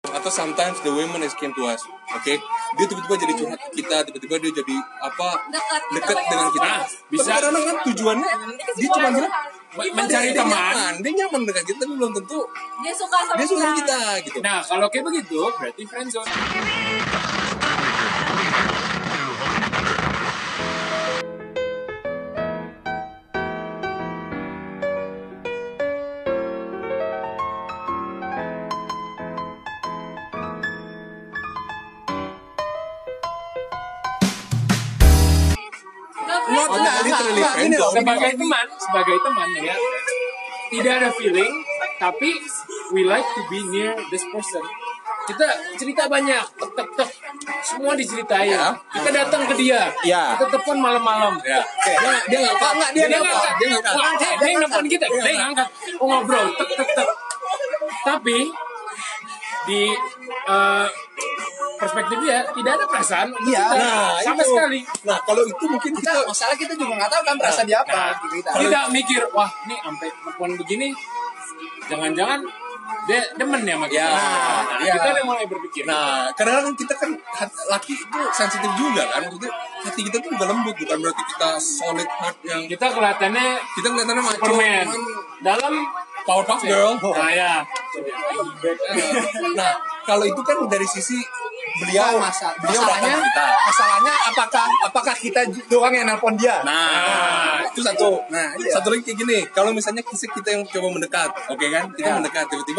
atau sometimes the women is came to us, okay? Dia tiba-tiba jadi curhat ke kita, tiba-tiba dia jadi dekat dengan kita. Bisa. Tapi kadang kan tujuannya dia cuma bilang mencari teman. Dia nyaman dengan kita, tapi belum tentu dia suka sama kita gitu. Nah, kalau kayak begitu berarti friendzone. Sebagai teman ya, tidak ada feeling, tapi we like to be near this person. Kita cerita banyak, tek, semua diceritain. Ya. Kita datang ke dia, kita telepon malam-malam. Ya. Dia nggak dia nelfon kita, dia ngangkat, ngobrol, tek. Tapi di perspektif dia tidak ada perasaan untuk kita sama sekali. Nah, kalau itu mungkin kita masalah kita juga nggak tahu kan perasaan dia apa. Kita mikir, wah nih sampai telepon begini, jangan-jangan dia demen ya sama kita. Kita udah mulai berpikir. Nah, kadang-kadang kita kan laki itu sensitif juga kan, maksudnya hati kita tuh juga lembut, bukan berarti kita solid heart yang kita kelihatannya maco, Superman dalam Powerpuff Girl. Nah ya. Nah, kalau itu kan dari sisi beliau masalahnya apakah kita doang yang nelpon dia? Nah, itu satu. Nah, satu lagi kayak gini, kalau misalnya kita yang coba mendekat, oke kan? Kita mendekat tiba-tiba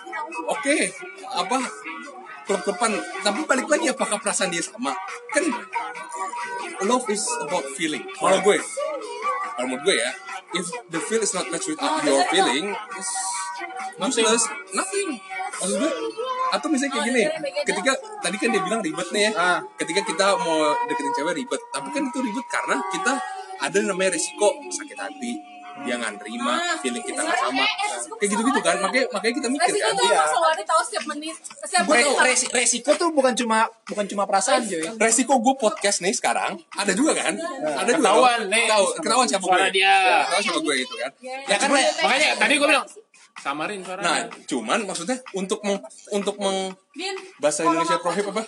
klub-kluban, tapi balik lagi apakah perasaan dia sama? Kan love is about feeling. Kalau menurut gue ya, if the feel is not matched with your feeling, it's useless, nothing. Maksud gue, atau misalnya kayak gini, ketika tadi kan dia bilang ribet nih ya, ketika kita mau deketin cewek ribet, tapi kan itu ribet karena kita ada namanya resiko sakit hati, dia nggak nerima feeling kita nggak sama, kayak gitu-gitu kan, makanya kita mikir kan. Resiko tuh bukan cuma perasaan cuy. Resiko gue podcast nih sekarang ada juga kan, ada juga ketahuan siapa suara gue, dia, ketahuan siapa gue itu kan. Ya kan makanya tadi gue bilang samarin suara. Nah, cuman maksudnya untuk bahasa Indonesia prohib apa?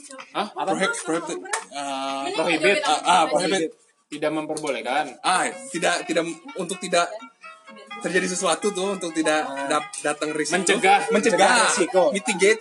Prohibit. Tidak memperbolehkan. Tidak tidak terjadi sesuatu tuh, untuk tidak datang risiko. Mencegah risiko. Mitigate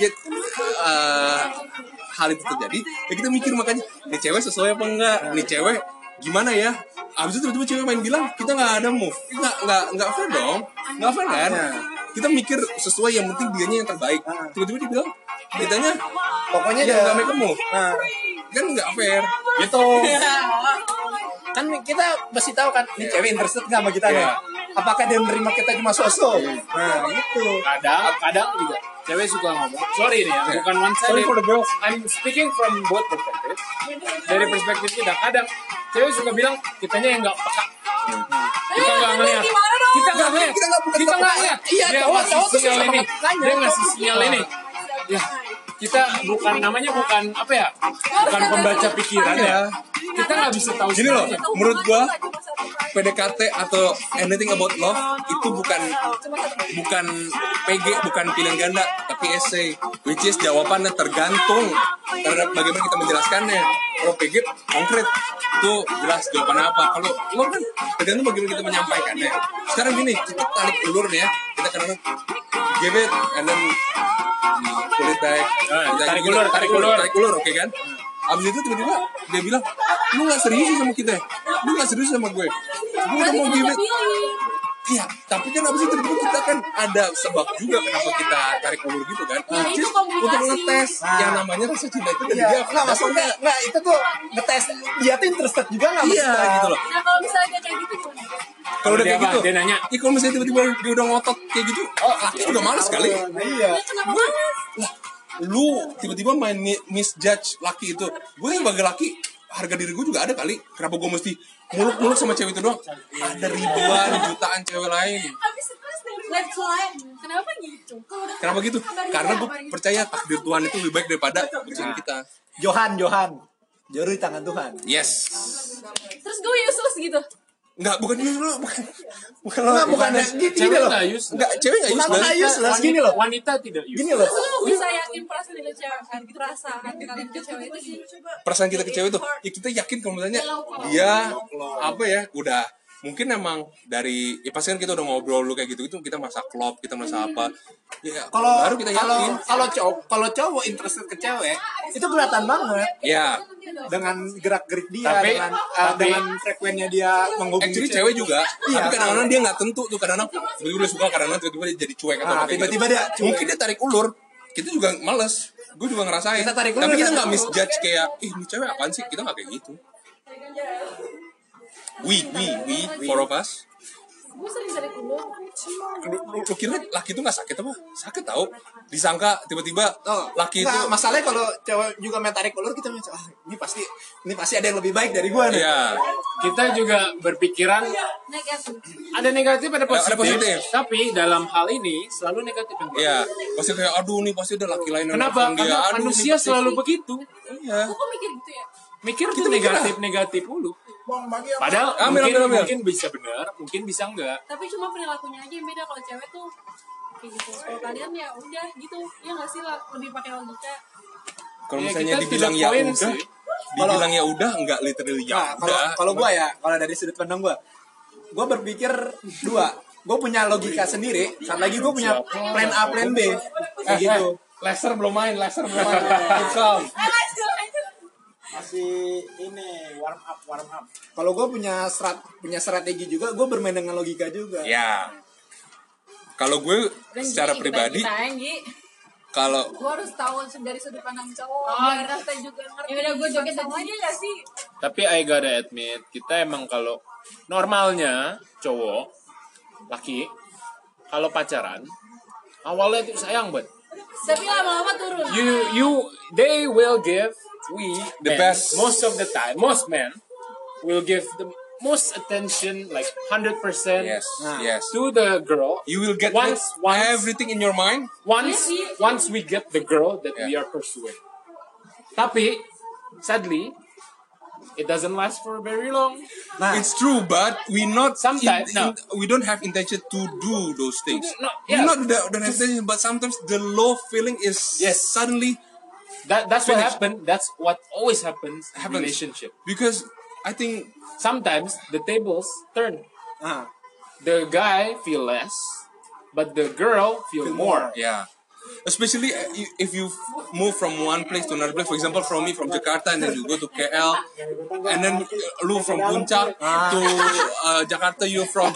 hal itu terjadi. Ya kita mikir makanya, nih cewek sesuai apa enggak? Nih cewek gimana ya? Abis itu tiba-tiba cewek main bilang kita nggak ada move, nggak fair dong, nggak fair kan? Kita mikir sesuai, yang penting dianya yang terbaik. Tiba-tiba dia bilang kitanya pokoknya nggak make a move, kan nggak fair gitu. Kan kita mesti tahu kan, ini cewek interested nggak sama kita nih? Apakah dia menerima kita cuma sosok? Nah itu. Kadang juga cewek suka ngomong, sorry nih ya, bukan one sided. Sorry for the girls. I'm speaking from both perspective. Dari perspektif kita, kadang cewek suka bilang kitanya yang nggak peka. Kita nggak ngeliat. Kita nggak lihat. Dia ngasih sinyal ini. Dia ngasih sinyal ini. Ya, kita bukan pembaca pikiran ya. Kita nggak bisa tahu. Gini loh, menurut gua PDKT atau anything about love itu bukan PG, bukan pilihan ganda, tapi essay, which is jawabannya tergantung terhadap bagaimana kita menjelaskannya. Kalau PG konkret itu jelas jawabannya apa. Kalau love kan tergantung bagaimana kita menyampaikannya. Sekarang gini, kita tarik ulur nih ya, kita kadang give it and then pull it back. Tarik ulur, oke kan? Abis itu tiba-tiba dia bilang, lu gak serius sama kita, lu gak serius sama gue udah mau give it. Iya, tapi kan abis itu tiba-tiba kita kan ada sebab juga kenapa kita tarik ulur gitu kan. Untuk ngetes yang namanya rasa cinta itu dari dia. Nggak, itu tuh ngetes dia tuh interested juga nggak? Iya gitu loh. Nah kalau misalnya kayak gitu kalau udah kayak gitu, dia nanya, kalau misalnya tiba-tiba dia udah ngotot kayak gitu, laki juga males kali. Iya. Lu tiba-tiba main misjudge laki itu. Gue sebagai laki, harga diri gue juga ada kali. Kenapa gue mesti muluk-muluk sama cewek itu doang? Ada ribuan, jutaan cewek lain. Kenapa gitu? Karena gue percaya takdir Tuhan itu lebih baik daripada ujian kita. Johan, jauh di tangan Tuhan. Yes. Terus gue useless gitu. Enggak, bukan lo, bukan Bukan gini loh. Enggak, cewek enggak Bukan useless. useless, gini loh. Wanita tidak useless. Gini loh. Lu bisa yakin perasaan ke cewek kan, perasaan kalian ke cewek itu sih. Perasaan kita ke cewek tuh, ya kita yakin kalau misalnya dia apa ya, udah mungkin emang dari pasti kan kita udah ngobrol lu kayak gitu itu kita merasa klop, kita merasa apa ya, baru kita yakin. Kalau cowok interested ke cewek itu kelihatan banget Ya, dengan gerak-gerik dia, Tapi- dengan frekuennya dia menghubungi actually cewek juga, Iya, tapi kadang-kadang dia nggak tentu tuh, kadang-kadang tiba-tiba dia suka, kadang-kadang tiba-tiba dia jadi cuek atau Nah, kayak tiba-tiba gitu. dia cuek. Mungkin dia tarik ulur, kita juga males. Gue juga ngerasain. Kita tarik ulur, Tapi kita kita nggak tarik misjudge kayak, ini cewek apaan sih? Kita nggak kayak gitu. We, four of us. Gue sering tarik ulur. Lu kira laki itu nggak sakit apa? Sakit tau. Disangka tiba-tiba laki itu. Nggak, masalahnya kalau cewek juga main tarik ulur kita macam ini pasti ada yang lebih baik dari gua nih. Iya. Kita juga berpikiran Negatif. ada negatif, ada positif. Ada positif. Tapi dalam hal ini selalu negatif yang Iya. Pasti kayak aduh nih pasti ada laki lain yang Kenapa? nelfon dia. Karena Aduh, manusia nih, selalu begitu. Iya. Kok mikir gitu ya? Mikir Kita tuh mikir negatif dulu. Padahal Ambil. mungkin bisa benar, mungkin bisa enggak. Tapi cuma perilakunya aja yang beda. Kalau cewek tuh kayak gitu. Kalau kalian ya udah gitu. Ya nggak sih lah, lebih pakai logika. Kalau Ya, misalnya kita dibilang to the ya point udah, sih. dibilang ya udah enggak literally ya Nah, udah. kalau gua ya, kalau dari sudut pandang gua berpikir dua. Gua punya logika sendiri, satu lagi gua punya plan A, plan B. Kayak gitu. Laser belum main. Bukan. Masih ini warm up. Kalau gua punya strategi juga, gua bermain dengan logika juga. Ya. Kalau gue secara pribadi, kalau Gue harus tahu dari sudut pandang cowok. Biar kita juga ngerti. Ya udah gue joget sama aja gak sih? Tapi I gotta admit, kita emang kalau normalnya cowok, laki, kalau pacaran, awalnya itu sayang banget. Tapi lama-lama turun. They will give The men, best. most of the time, most men will give the most attention, like 100% yes. to the girl. You will get Once- everything in your mind. Once we get the girl that we are pursuing. Tapi sadly, it doesn't last for very long. Nah, It's true, but we not Sometimes, no. we don't have intention to do those things. No, We yeah. not don't have intention, but sometimes the low feeling is Yes. suddenly That's what Finish. happened. That's what always happens in Happens. relationship. because I think Sometimes the tables turn. nah, The guy feel less, but the girl feel more. yeah. Especially if you move from one place to another place. For example, from me from Jakarta and then you go to KL, and then lu from Puncak to Jakarta. You from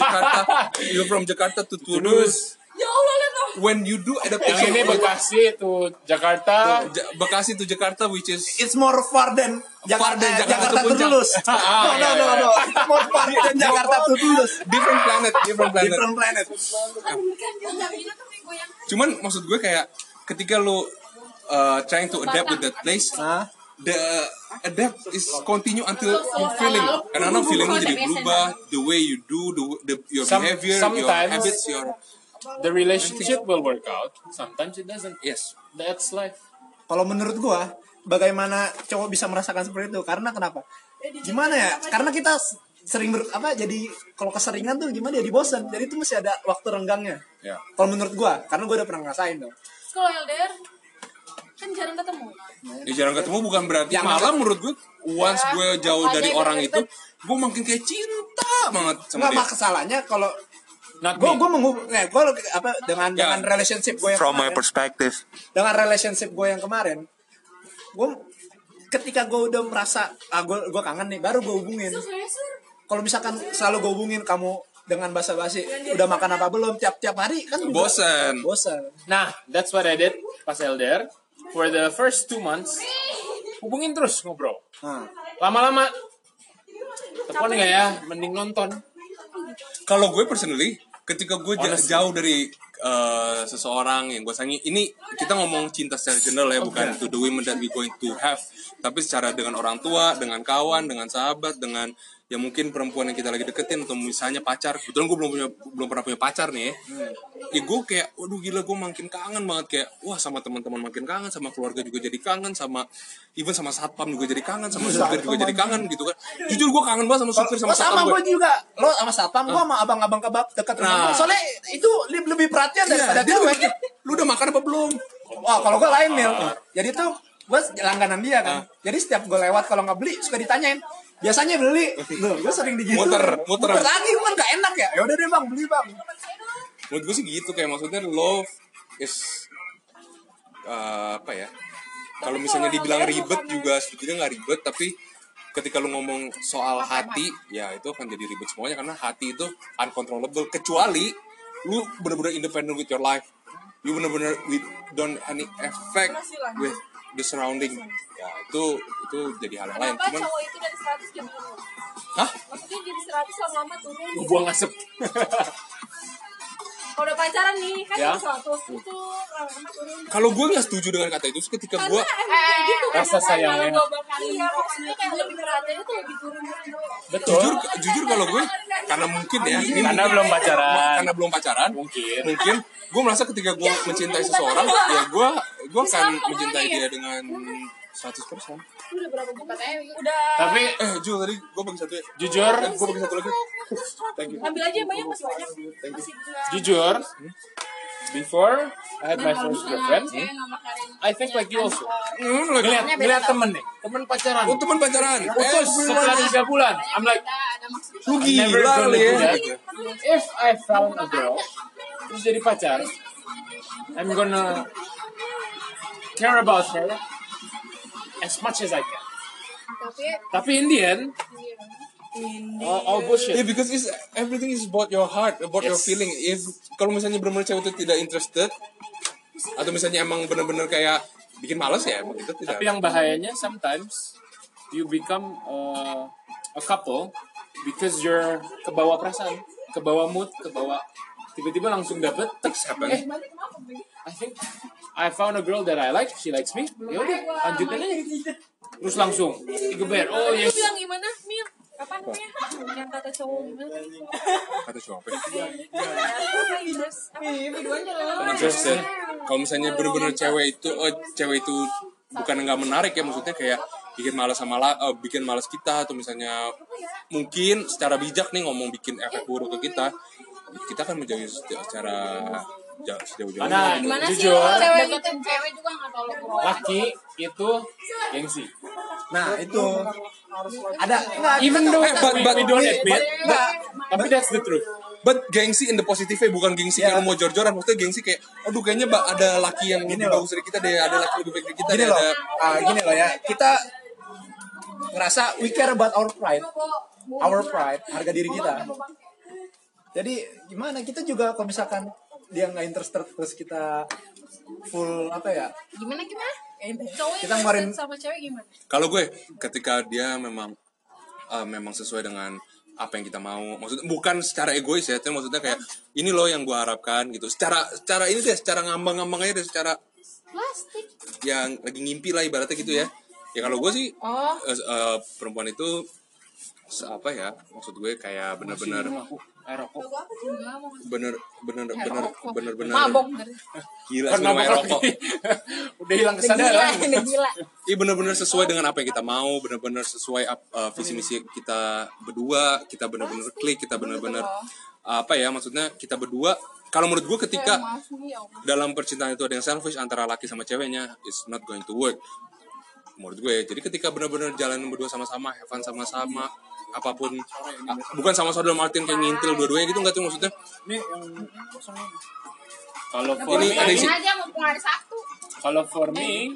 Jakarta to Toulouse. Ya Allah, lihat dong. When you do Yang adaptation, ini Bekasi to Jakarta. Bekasi to Jakarta, which is it's more far than Far than Jakarta Jakarta to to Puncak. Tulus. No. It's more far than Jakarta to Tulus. different planet. Different planet. Kan dia nggak bisa tuh nih goyang. Cuman maksud gue kayak ketika lu trying to adapt with that place, the adapt is continue until you feeling. Kadang-kadang feeling lu jadi berubah, the way you do, your behavior, your sometimes- habits, your The relationship will work out. Sometimes it doesn't. yes. That's life. Kalau menurut gua, bagaimana cowok bisa merasakan seperti itu? Karena kenapa? Gimana ya? Karena kita sering jadi kalau keseringan tuh gimana ya, dibosan. Jadi itu masih ada waktu renggangnya. Ya. Kalau menurut gua, karena gua udah pernah ngerasain tuh. Terus kalau LDR kan jarang ketemu. Ya, jarang ketemu bukan berarti Yang malah menurut gue once gue jauh dari orang itu, gue makin kayak cinta banget sama Nggak dia. masalahnya kalau Not gue me. dengan relationship gue yang From my kemarin, perspective. dengan relationship gue yang kemarin, gue ketika gue udah merasa gue kangen nih, baru gue hubungin. Kalau misalkan selalu gue hubungin kamu dengan basa-basi, udah makan apa belum, tiap hari kan juga Bosan. Nah, that's what I did pas LDR. For the first 2 months, hubungin terus ngobrol. Nah, Lama-lama, telepon nggak ya? Mending nonton. Kalau gue personally, ketika gue Honestly. jauh dari seseorang yang gue sayangi, ini kita ngomong cinta secara general ya, bukan to the women that we going to have, tapi secara dengan orang tua, dengan kawan, dengan sahabat, dengan ya mungkin perempuan yang kita lagi deketin atau misalnya pacar, kebetulan gue belum pernah punya pacar nih ya gue kayak waduh gila gue makin kangen banget kayak wah sama teman-teman makin kangen, sama keluarga juga jadi kangen, sama even sama satpam juga jadi kangen, sama supir juga jadi kangen gitu kan. Jujur gue kangen banget sama supir sama satpam. Sama gue juga, lo sama satpam, gue sama abang-abang kebab dekat rumah. Soalnya itu lebih perhatian daripada cewek. Lu udah makan apa belum? Wah kalau gue lain Mil, jadi tuh gue langganan dia kan. Jadi setiap gue lewat kalau nggak beli suka ditanyain. Biasanya beli, gue sering digitu. Muter lagi, gue kan gak enak ya. Ya udah deh bang, beli bang. Menurut gue sih gitu, kayak maksudnya love is apa ya? Kalau misalnya dibilang ribet juga sebetulnya nggak ribet, tapi ketika lu ngomong soal hati, ya itu akan jadi ribet semuanya karena hati itu uncontrollable. Kecuali lu benar-benar independent with your life, you benar-benar don't any effect with the surrounding. Ya itu jadi hal yang lain. Kenapa Cuman cowok itu dari 100 jadi turun? hah? Maksudnya jadi 100 lama-lama turun. Buang asap. Kalau udah pacaran nih kan Ya. jadi 100 itu lama-lama turun. Kalau gue nggak setuju dengan kata itu, ketika gue Kayak gitu kan. Rasa sayang Kalau enak. iya maksudnya kayak lebih perhatian itu lebih turun. Betul. jujur kalau gue karena mungkin ya ini Karena belum pacaran. karena belum pacaran Mungkin. gue merasa ketika gue mencintai seseorang ya gue akan mencintai dia dengan 100%. Udah berapa bulan? Udah. Tapi Jul tadi gue bagi satu ya. jujur, Gue bagi satu lagi. Thank you. Ambil aja yang banyak masih banyak. Masih bisa. jujur, before I had my first girlfriend, Saya nggak makarin. I think like you also. Lagi. Ngeliat temen nih, temen pacaran. Oh teman pacaran. Putus setelah 3 bulan. I'm like, Ada maksudnya. Lu I'm never gila gonna lu do ya. that. If I found a girl, terus jadi pacar, I'm gonna care about her as much as I can. Tapi in the end, all bullshit. Yeah, because everything is about your heart, about your Yes. feeling. If kalau misalnya benar-benar cewek itu tidak interested, atau misalnya emang benar-benar kayak bikin malas ya, emang itu tidak. Tapi yang bahayanya sometimes you become a couple because you're kebawa perasaan, kebawa mood, kebawa tiba-tiba langsung dapet text I think I found a girl that I like, she likes me. Ya udah, lanjutin aja. Terus langsung digeber. Oh Lu yes. bilang gimana, Mil? Apa namanya? Yang kata cowok gimana? Kata siapa? Videonya loh. Interested. Kalau misalnya benar-benar cewek itu bukan nggak menarik ya, maksudnya kayak bikin malas kita, atau misalnya mungkin secara bijak nih ngomong bikin efek buruk ke kita kan menjauhi secara sejauh-jauhnya. Karena Gimana sih jujur, lo cewek juga nggak tahu lo laki itu gengsi. Nah itu ada nggak? Even though but- we don't admit, Nggak. tapi that's the truth. But gengsi in the positive way, bukan gengsi kayak lu mau jor-joran. Maksudnya gengsi kayak aduh kayaknya ada laki yang lebih bagus dari kita deh, ada laki lebih baik dari kita Gini deh, loh, ada gini loh ya. Kita ngerasa we care about our pride, harga diri kita. Jadi gimana kita juga kalau misalkan dia nggak interested terus kita full apa ya? Gimana? Cowok Kita yang ngeluarin- interested sama cewek gimana? Kalau gue ketika dia memang sesuai dengan apa yang kita mau, maksudnya bukan secara egois ya, tapi maksudnya kayak ini loh yang gue harapkan gitu. Secara ini deh, secara ngambang-ngambang aja deh, secara Plastik. yang lagi ngimpi lah ibaratnya gitu ya. Ya kalau gue sih perempuan itu apa ya, maksud gue kayak benar-benar Rokok. bener Mabok. gila Kan semua mabok rokok. lagi. Udah hilang kesadaran. Gila. Iya benar-benar sesuai dengan apa yang kita mau, benar-benar sesuai visi misi kita berdua, kita benar-benar klik, kita benar-benar apa ya, maksudnya kita berdua. Kalau menurut gue ketika dalam percintaan itu ada yang selfish antara laki sama ceweknya, it's not going to work. Menurut gue, jadi ketika benar-benar jalan berdua sama-sama, have fun sama-sama, apapun, bukan sama saudara Martin kayak ngintil dua-duanya gitu, nggak tuh maksudnya. Kalau for Ini me, ada isi. aja mumpung ada satu. kalau for me,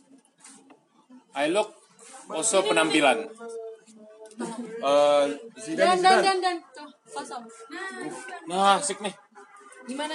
I look also penampilan. Dan. Tuh, kosong. Nah, asik nih. Gimana?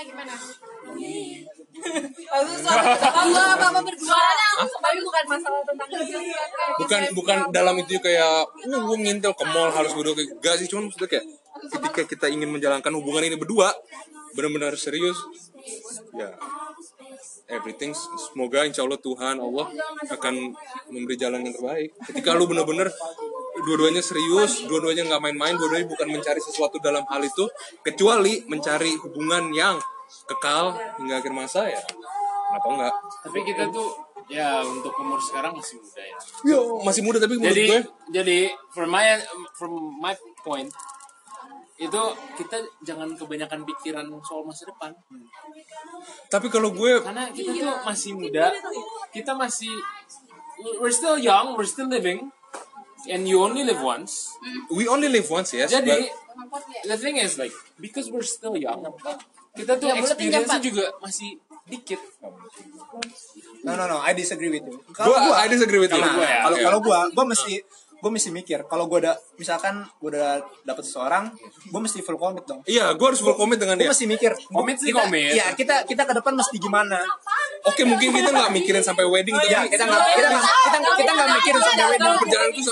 Apa berdua? Tapi bukan masalah tentang Bukan dalam itu kayak gue ngintil ke mall harus berdua, kayak gak sih, cuman maksudnya kayak ketika kita ingin menjalankan hubungan ini berdua benar-benar serius ya, everything, semoga insya Allah Tuhan Allah akan memberi jalan yang terbaik. Ketika lu benar-benar dua-duanya serius, dua-duanya nggak main-main, dua-duanya bukan mencari sesuatu dalam hal itu, kecuali mencari hubungan yang kekal hingga akhir masa ya. Kenapa enggak? Tapi kita tuh ya untuk umur sekarang masih muda ya. Masih muda tapi menurut Jadi gue jadi from my point itu kita jangan kebanyakan pikiran soal masa depan. tapi kalau gue Karena kita tuh masih muda, kita masih we're still young, we're still living, and you only live once. we only live once, yes. Jadi but the thing is like because we're still young, kita tuh Ya, mulut experience-nya tinggal, juga masih dikit. No, I disagree with you. I disagree with you. Kalau gua ya. Kalau gue mesti mikir kalau gue udah misalkan gue udah dapet seseorang, gue mesti full commit dong. Iya, gue harus full komit dengan Gue dia. mesti mikir. Komit sih kita, komit. Iya, kita ke depan mesti gimana? Oke, mungkin kita nggak mikirin sampai wedding, tapi Ya, kita nggak mikirin sampai wedding. perjalanan itu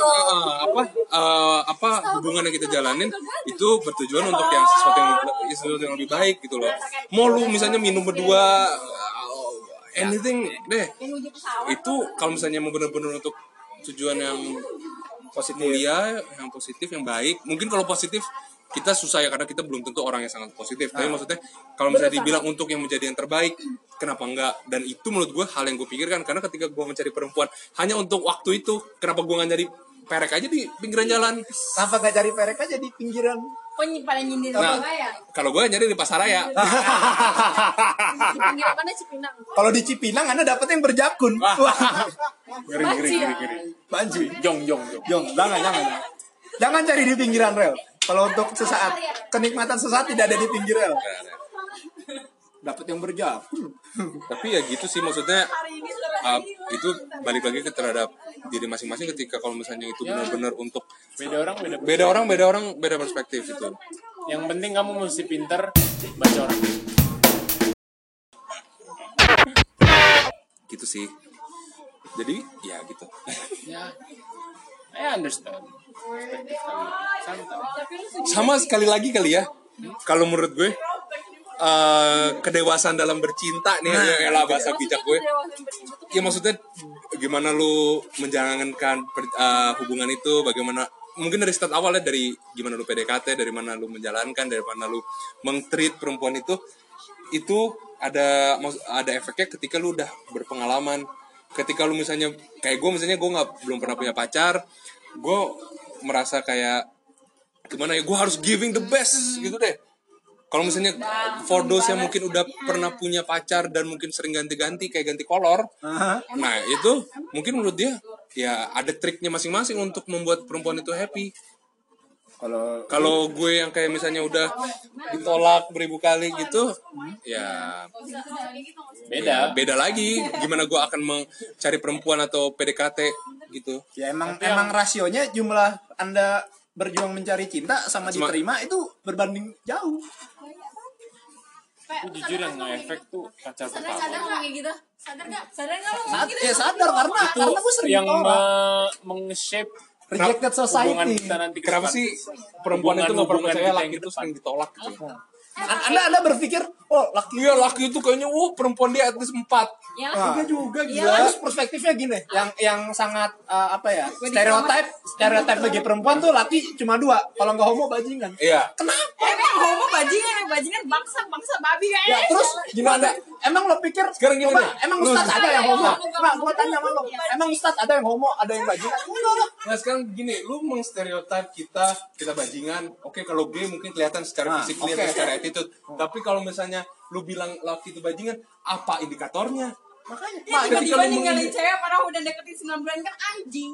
apa hubungan yang kita jalanin itu bertujuan untuk yang sesuatu yang lebih baik gitu loh. Mau lu misalnya minum berdua, anything deh. Itu kalau misalnya mau benar-benar untuk tujuan yang positif, mulia, yang positif, yang baik. Mungkin kalau positif kita susah ya karena kita belum tentu orang yang sangat positif. Tapi maksudnya kalau misalnya dibilang untuk yang menjadi yang terbaik, kenapa enggak? Dan itu menurut gue hal yang gue pikirkan karena ketika gue mencari perempuan hanya untuk waktu itu, kenapa gue nggak nyari perek aja di pinggiran jalan? Kenapa gak cari perek aja di pinggiran? Pada nyindir Nah, saya. kalau gue nyari di pasaraya. Di pinggirannya Cipinang. Kalau di Cipinang Anda dapat yang berjakun. Wah. Banci ya. Banci. Jong. Jong, jangan cari di pinggiran rel. Kalau untuk sesaat, kenikmatan sesaat tidak ada di pinggir rel. Dapat yang berjakun. Tapi ya gitu sih maksudnya itu balik lagi ke terhadap diri masing-masing ketika kalau misalnya itu benar-benar untuk Beda orang. beda perspektif itu. Yang penting kamu mesti pinter baca orang. Gitu sih. Jadi ya gitu. Ya, I understand. Perspektif kalian. Santai. Sama sekali lagi kali ya. Kalau menurut gue kedewasaan dalam bercinta nih ya lah bahasa bijak gue. Ya maksudnya gimana lu menjalankan hubungan itu, bagaimana mungkin dari start awalnya dari gimana lu PDKT, dari mana lu menjalankan, dari mana lu meng-treat perempuan itu ada efeknya ketika lu udah berpengalaman. Ketika lu misalnya kayak gue belum pernah punya pacar, gue merasa kayak gimana ya, gue harus giving the best gitu deh. Kalau misalnya for those yang mungkin udah pernah punya pacar dan mungkin sering ganti-ganti kayak ganti kolor, nah itu mungkin menurut dia ya ada triknya masing-masing untuk membuat perempuan itu happy. Kalau gue yang kayak misalnya udah ditolak beribu kali gitu, ya beda lagi. Gimana gue akan mencari perempuan atau PDKT gitu? Ya emang rasionya jumlah Anda berjuang mencari cinta sama diterima itu berbanding jauh. Aku jujur yang nge-efek tuh pacar pertama. Sadar nggak kayak gitu? Sadar nggak lo Sadar gitu? karena gue sering Yang ditolak. meng-shape Rejected hubungan society. kita nanti ke Kenapa depan. sih perempuan itu nggak pernah Hubungan percaya kita laki yang itu ke sering ditolak gitu? Anda berpikir, oh laki Iya laki itu kayaknya perempuan dia at least 4. Ya. Enggak juga Terus perspektifnya gini, yang sangat stereotip bagi perempuan tuh laki cuma 2, kalau nggak homo bajingan. Iya. Emang homo bajingan bangsa babi Ya kayaknya. terus gimana? Emang lo pikir Sekarang gini coba, deh. emang Ustad ada yang homo? Nah, gua tanya sama lo, emang Ustad ada yang homo, ada yang bajingan? Enggak lah. Nah sekarang gini, lu mengstereotip kita bajingan. Oke, kalau gay mungkin kelihatan secara fisik, kelihatan secara attitude. Tapi kalau misalnya lu bilang laki itu bajingan, apa indikatornya? Makanya, Tiba-tiba ninggalin cewek padahal udah deketin 9 bulan kan anjing.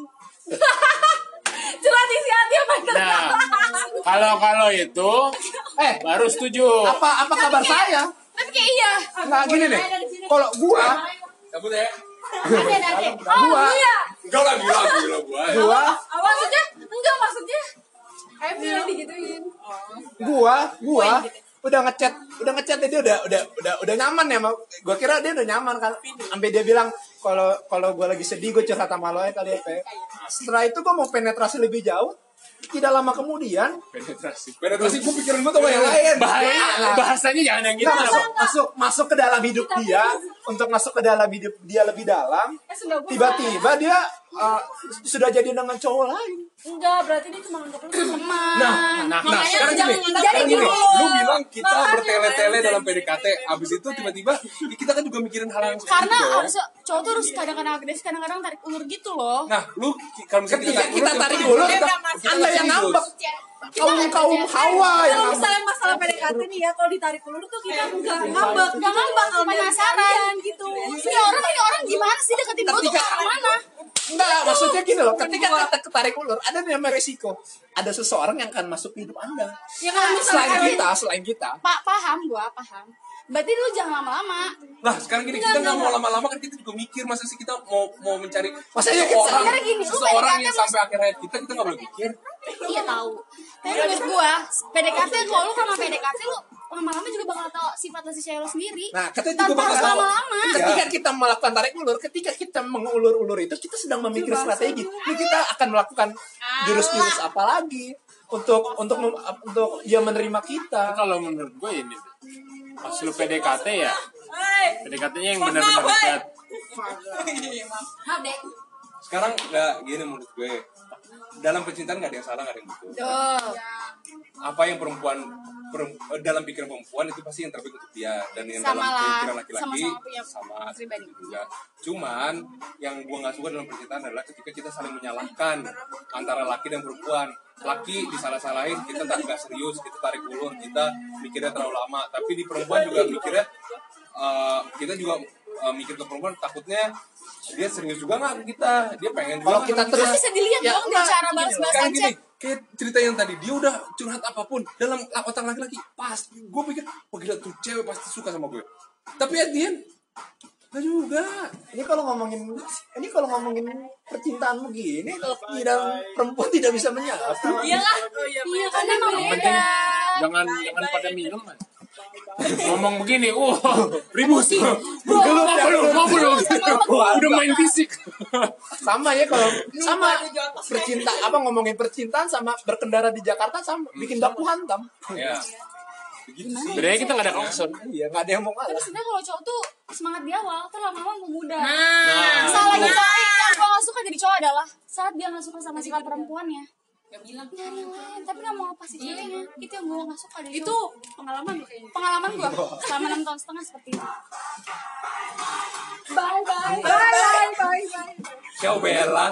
Curhat isi hati apa Nah, kalau itu baru setuju. apa kabar saya? Tapi kayak iya. Nggak gini deh. Kalau gua Cabut ya. Ada. Gua. Iya. Enggak lah, gila gua. Maksudnya? Enggak maksudnya. Kayak bilang digituin. gua udah ngechat dia udah nyaman ya. Gua kira dia udah nyaman kan. Sampai dia bilang kalau gua lagi sedih gua curhat sama lo ya kali ya. Setelah itu gua mau penetrasi lebih jauh. Tidak lama kemudian Penetrasi gua pikirin gua sama yang lain. Bahasanya jangan yang gitu. masuk ke dalam hidup dia, untuk masuk ke dalam hidup dia lebih dalam. Tiba-tiba dia sudah jadi dengan cowok lain. Enggak, berarti dia cuma untuk lu teman. Nah, makanya sekarang jangan gini, jadi sekarang gini, gitu. lu bilang kita Makanya bertele-tele jangan dalam jadi PDKT, abis itu tiba-tiba kita kan juga mikirin hal yang seperti Karena itu dong. harus cowok tuh harus kadang-kadang agresif, kadang-kadang tarik ulur gitu loh. Nah, lu kalau misalnya Ketika kita tarik ulur, Anda yang ngambek. Kaum Hawa yang Kalau ngambek. misalnya masalah PDKT nih ya, kalau ditarik ulur tuh kita nggak ngambek, kalau Penasaran gitu. Ini orang gimana sih deketin gue tuh kemana? Enggak, maksudnya gini loh, ketika kita ketarik ulur, ada namanya resiko. Ada seseorang yang akan masuk ke hidup Anda. Ya kalau Selain kita. paham. Berarti lu jangan lama-lama. Lah, sekarang gini, kita nggak mau lama-lama kan kita juga mikir masa sih kita mau mencari Masanya sebenarnya gini, lu seseorang PDKT yang sampai akhir hayat kita nggak boleh mikir. Iya tahu. Tapi menurut gua PDKT kalau lu sama PDKT lu lama-lama juga bakal tahu sifat si cewek lu sendiri. Nah, kita juga Tanpa bakal harus tahu. lama-lama. Ketika kita melakukan tarik ulur, ketika kita mengulur-ulur itu, kita sedang memikir strategi. Ini kita akan melakukan jurus-jurus apa lagi untuk dia menerima kita. Kalau menurut gue ini pas lu PDKT ya PDKT-nya yang benar-benar dekat. Maaf deh. Sekarang nggak gini menurut gue, dalam percintaan nggak ada yang salah, nggak ada yang betul. Apa yang dalam pikiran perempuan itu pasti yang terbaik untuk dia, dan yang Sama dalam lah. pikiran laki-laki Sama-sama punya sama pribadi. juga. Cuman yang gua nggak suka dalam percintaan adalah ketika kita saling menyalahkan antara laki dan perempuan. Laki disalah-salahin, kita nggak serius, kita tarik ulur, kita mikirnya terlalu lama. Tapi di perempuan juga mikirnya, kita juga mikir ke perempuan, takutnya dia serius juga nggak ke kita, dia pengen juga Kalau nggak kita ke terus Bisa dilihat Ya, dong dari enggak, cara balas-balasan sekarang gini, chat. kayak cerita yang tadi, dia udah curhat apapun dalam otak laki-laki, pasti gue pikir gila tuh cewek pasti suka sama gue, tapi at the end gak juga. Ini kalau ngomongin percintaan begini, kalau perempuan tidak bisa menyatu. Iyalah. Iya kan emang Yang beda. penting jangan pada minum kan. Ngomong begini, ribut. Mau belum? Udah main fisik. Sama ya ngomongin percintaan sama berkendara di Jakarta sama bikin baku hantam. Ya begitu sih. Sebenarnya kita nggak ada klakson. Iya, nggak ada yang mau Tapi kalah. sebenarnya kalau cowok tuh semangat di awal, terus lama-lama memudar. Nah, Salahnya yang gue gak suka jadi cowok adalah saat dia gak suka sama sifat perempuannya. Gak bilang nyari yang lain, tapi gak mau apa sih ceweknya. Itu yang gue gak suka dari itu pengalaman lo kayaknya. pengalaman gue selama 6 tahun setengah seperti itu. Bye. Ciao Bella.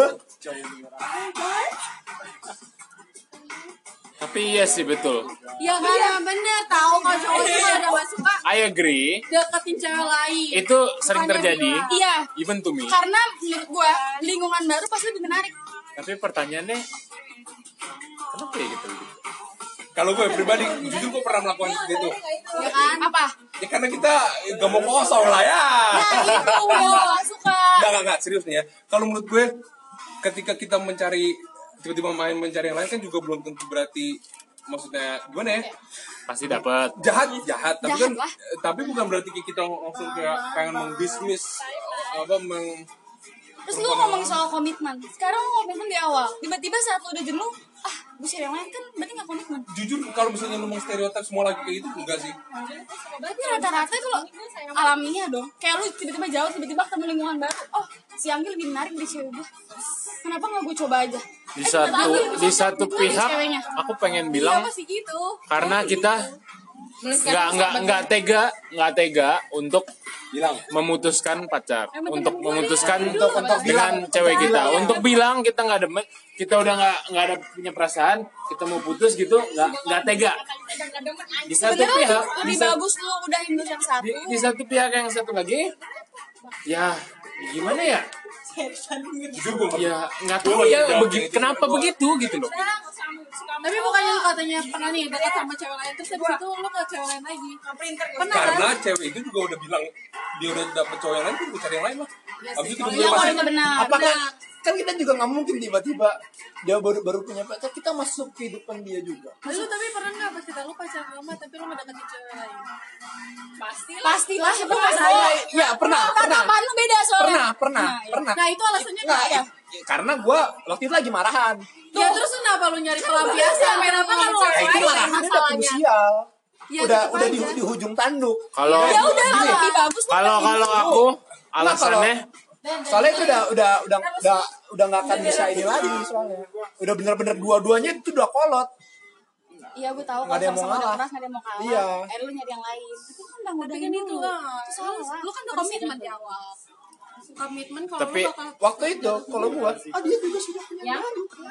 tapi iya sih betul. Ya kan bener tahu kalau cowok tuh kalau udah gak suka I agree. deketin cewek lain. Itu sering terjadi. Iya, Even to me. karena menurut gue lingkungan baru pasti lebih menarik. Tapi pertanyaannya, kenapa ya gitu? Kalau gue pribadi, jujur gue pernah melakukan itu. Ya kan? Apa? Ya karena kita gak mau kosong lah ya. Nah itu gue gak suka. Enggak, serius nih ya. Kalau menurut gue, ketika kita tiba-tiba mencari yang lain kan juga belum tentu berarti, maksudnya gimana ya? Pasti dapat. Jahat, tapi Jahat kan lah. tapi bukan berarti kita langsung kayak pengen mengdismiss Terus lu ngomong soal komitmen. Sekarang lu komitmen di awal. Tiba-tiba saat lu udah jenuh, gue cari yang lain kan berarti gak komitmen. jujur kalau misalnya lu stereotip semua lagi kayak gitu enggak sih. Berarti rata-rata itu lo alamiah dong. Kayak lu tiba-tiba jauh, tiba-tiba ketemu lingkungan baru. Oh, si Anggi lebih menarik dari cewek gue. Kenapa gak gue coba aja? Di satu pihak ceweknya. aku pengen bilang Pasti gitu. karena kita nggak tega untuk Bilang memutuskan pacar, untuk memutuskan Untuk dengan bilang. cewek kita, Bilang. untuk bilang kita nggak demen, kita udah nggak ada punya perasaan, kita mau putus gitu, nggak tega. Di satu Sebenarnya pihak, lebih bagus lu udahin dulu yang satu. di satu pihak yang satu lagi, ya gimana ya? jujur gue Ya nggak tahu ya, kenapa begitu gitu loh. Tapi bukannya lu katanya pernah nih dekat sama cewek lain terus habis itu lu ke cewek lain lagi. Pernah kan? karena cewek itu juga udah bilang dia udah dapet cowok yang lain, gue cari yang lain lah. Habis itu Iya gue kalau masih itu benar. Apakah kan kita juga nggak mungkin tiba-tiba dia baru punya pacar, kita masuk kehidupan dia juga. Lu tapi pernah nggak pas kita lu pacaran lama tapi lu ngedeketin cewek lain? Pastilah itu Ya pernah. tanggapan lu beda soalnya. Pernah. Nah itu alasannya Nggak, nggak ya? karena gue waktu itu lagi marahan. Ya terus kenapa lu nyari pelampiasan? Kenapa kan lu Nah, itu lain marahan udah masalahnya? krusial. Ya, udah tetep di aja. ujung tanduk. Kalau Ya udah lebih bagus lu kalau aku Nah, alasannya Soalnya itu udah nggak akan bisa ini lagi soalnya. Udah bener-bener dua-duanya itu udah kolot. Iya, gue tahu Nggak ada yang kalau mau sama-sama ngalah. udah keras nggak ada yang mau kalah. Iya. Lu nyari yang lain. Itu kan udah Tapi kan itu salah. lu kan udah komitmen di awal. Komitmen kalau Tapi lu bakal Waktu itu kalau gua, dia juga sudah punya. Ya.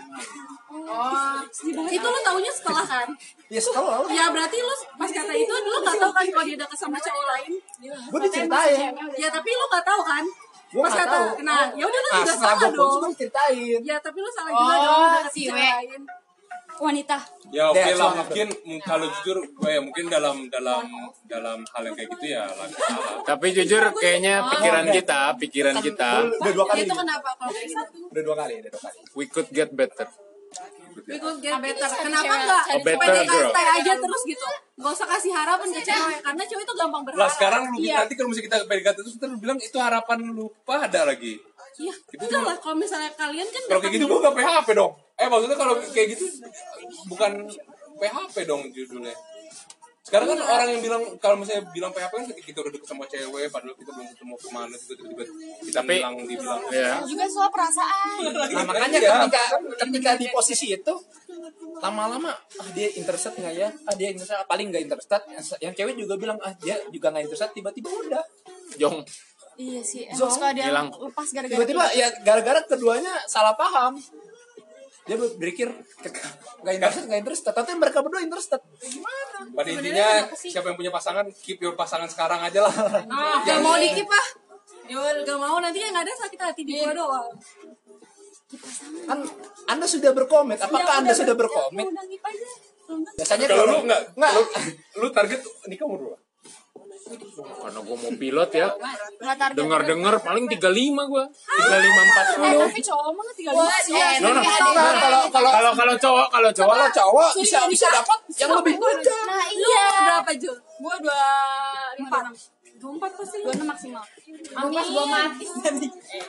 itu lu taunya setelah kan? Ya setelah Ya berarti lu pas kata itu lu nggak tahu kan kalau dia udah sama cowok lain. gua diceritain. Ya tapi lu nggak tahu kan? Gua Pas nggak kata, tahu. nah ya udah lu Nah, juga setelah salah gua putus dong. gua diceritain. Ya tapi lu salah juga dong udah kasih si cewek W. lain. Wanita. Ya oke That's lah one of mungkin kalau jujur gue ya mungkin dalam hal yang kayak gitu ya lagi salah. Tapi jujur kayaknya pikiran kita Udah 2 kali. Itu kenapa kalau kayak gitu? Udah 2 kali. we could get better. We could get better. Kenapa cewek. enggak A better PDKT girl. aja terus gitu? Gak usah kasih harapan ke cewek karena cewek itu gampang berharap. Lah sekarang lu nanti kalau misalnya kita PDKT itu kita bilang itu harapan lu pada lagi. Iya, itu lah kalau misalnya kalian kan Kalau kayak gitu gue gak PHP dong. Maksudnya kalau kayak gitu bukan PHP dong judulnya. Sekarang kan orang yang bilang kalau misalnya bilang PHP kan ketika kita udah deket sama cewek padahal kita belum ketemu kemana tiba-tiba kita dibilang Ya. Juga soal perasaan. Nah, makanya Iya. ketika di posisi itu lama-lama dia interested nggak ya? Dia interested, paling nggak interested. Yang cewek juga bilang dia juga nggak interested. Tiba-tiba udah. Jong. Iya sih. Emang suka dia Hilang. lepas gara-gara Tiba-tiba ya gara-gara keduanya salah paham. Dia berpikir nggak interested. Tapi mereka berdua interested. Gimana? pada intinya siapa yang punya pasangan keep your pasangan sekarang aja lah. gak mau dikip ah. Ya gak mau nanti yang ada sakit hati di gua doang. Kan Anda sudah berkomit. Apakah Anda sudah berkomit? Udah ngip aja. Biasanya Kalau lu nggak, nggak. lu target nikah umur berapa? Karena gue mau pilot ya. Nggak target. Dengar paling 35 gue. 35 40. Tapi cowok mah 35 sih. No, no. Kalau cowok Kalau cowok bisa dapat yang lebih muda. Nah Lu iya. berapa Jul? Gue 25. 24 pasti lu. 26 maksimal. Amin. Gue mati nanti.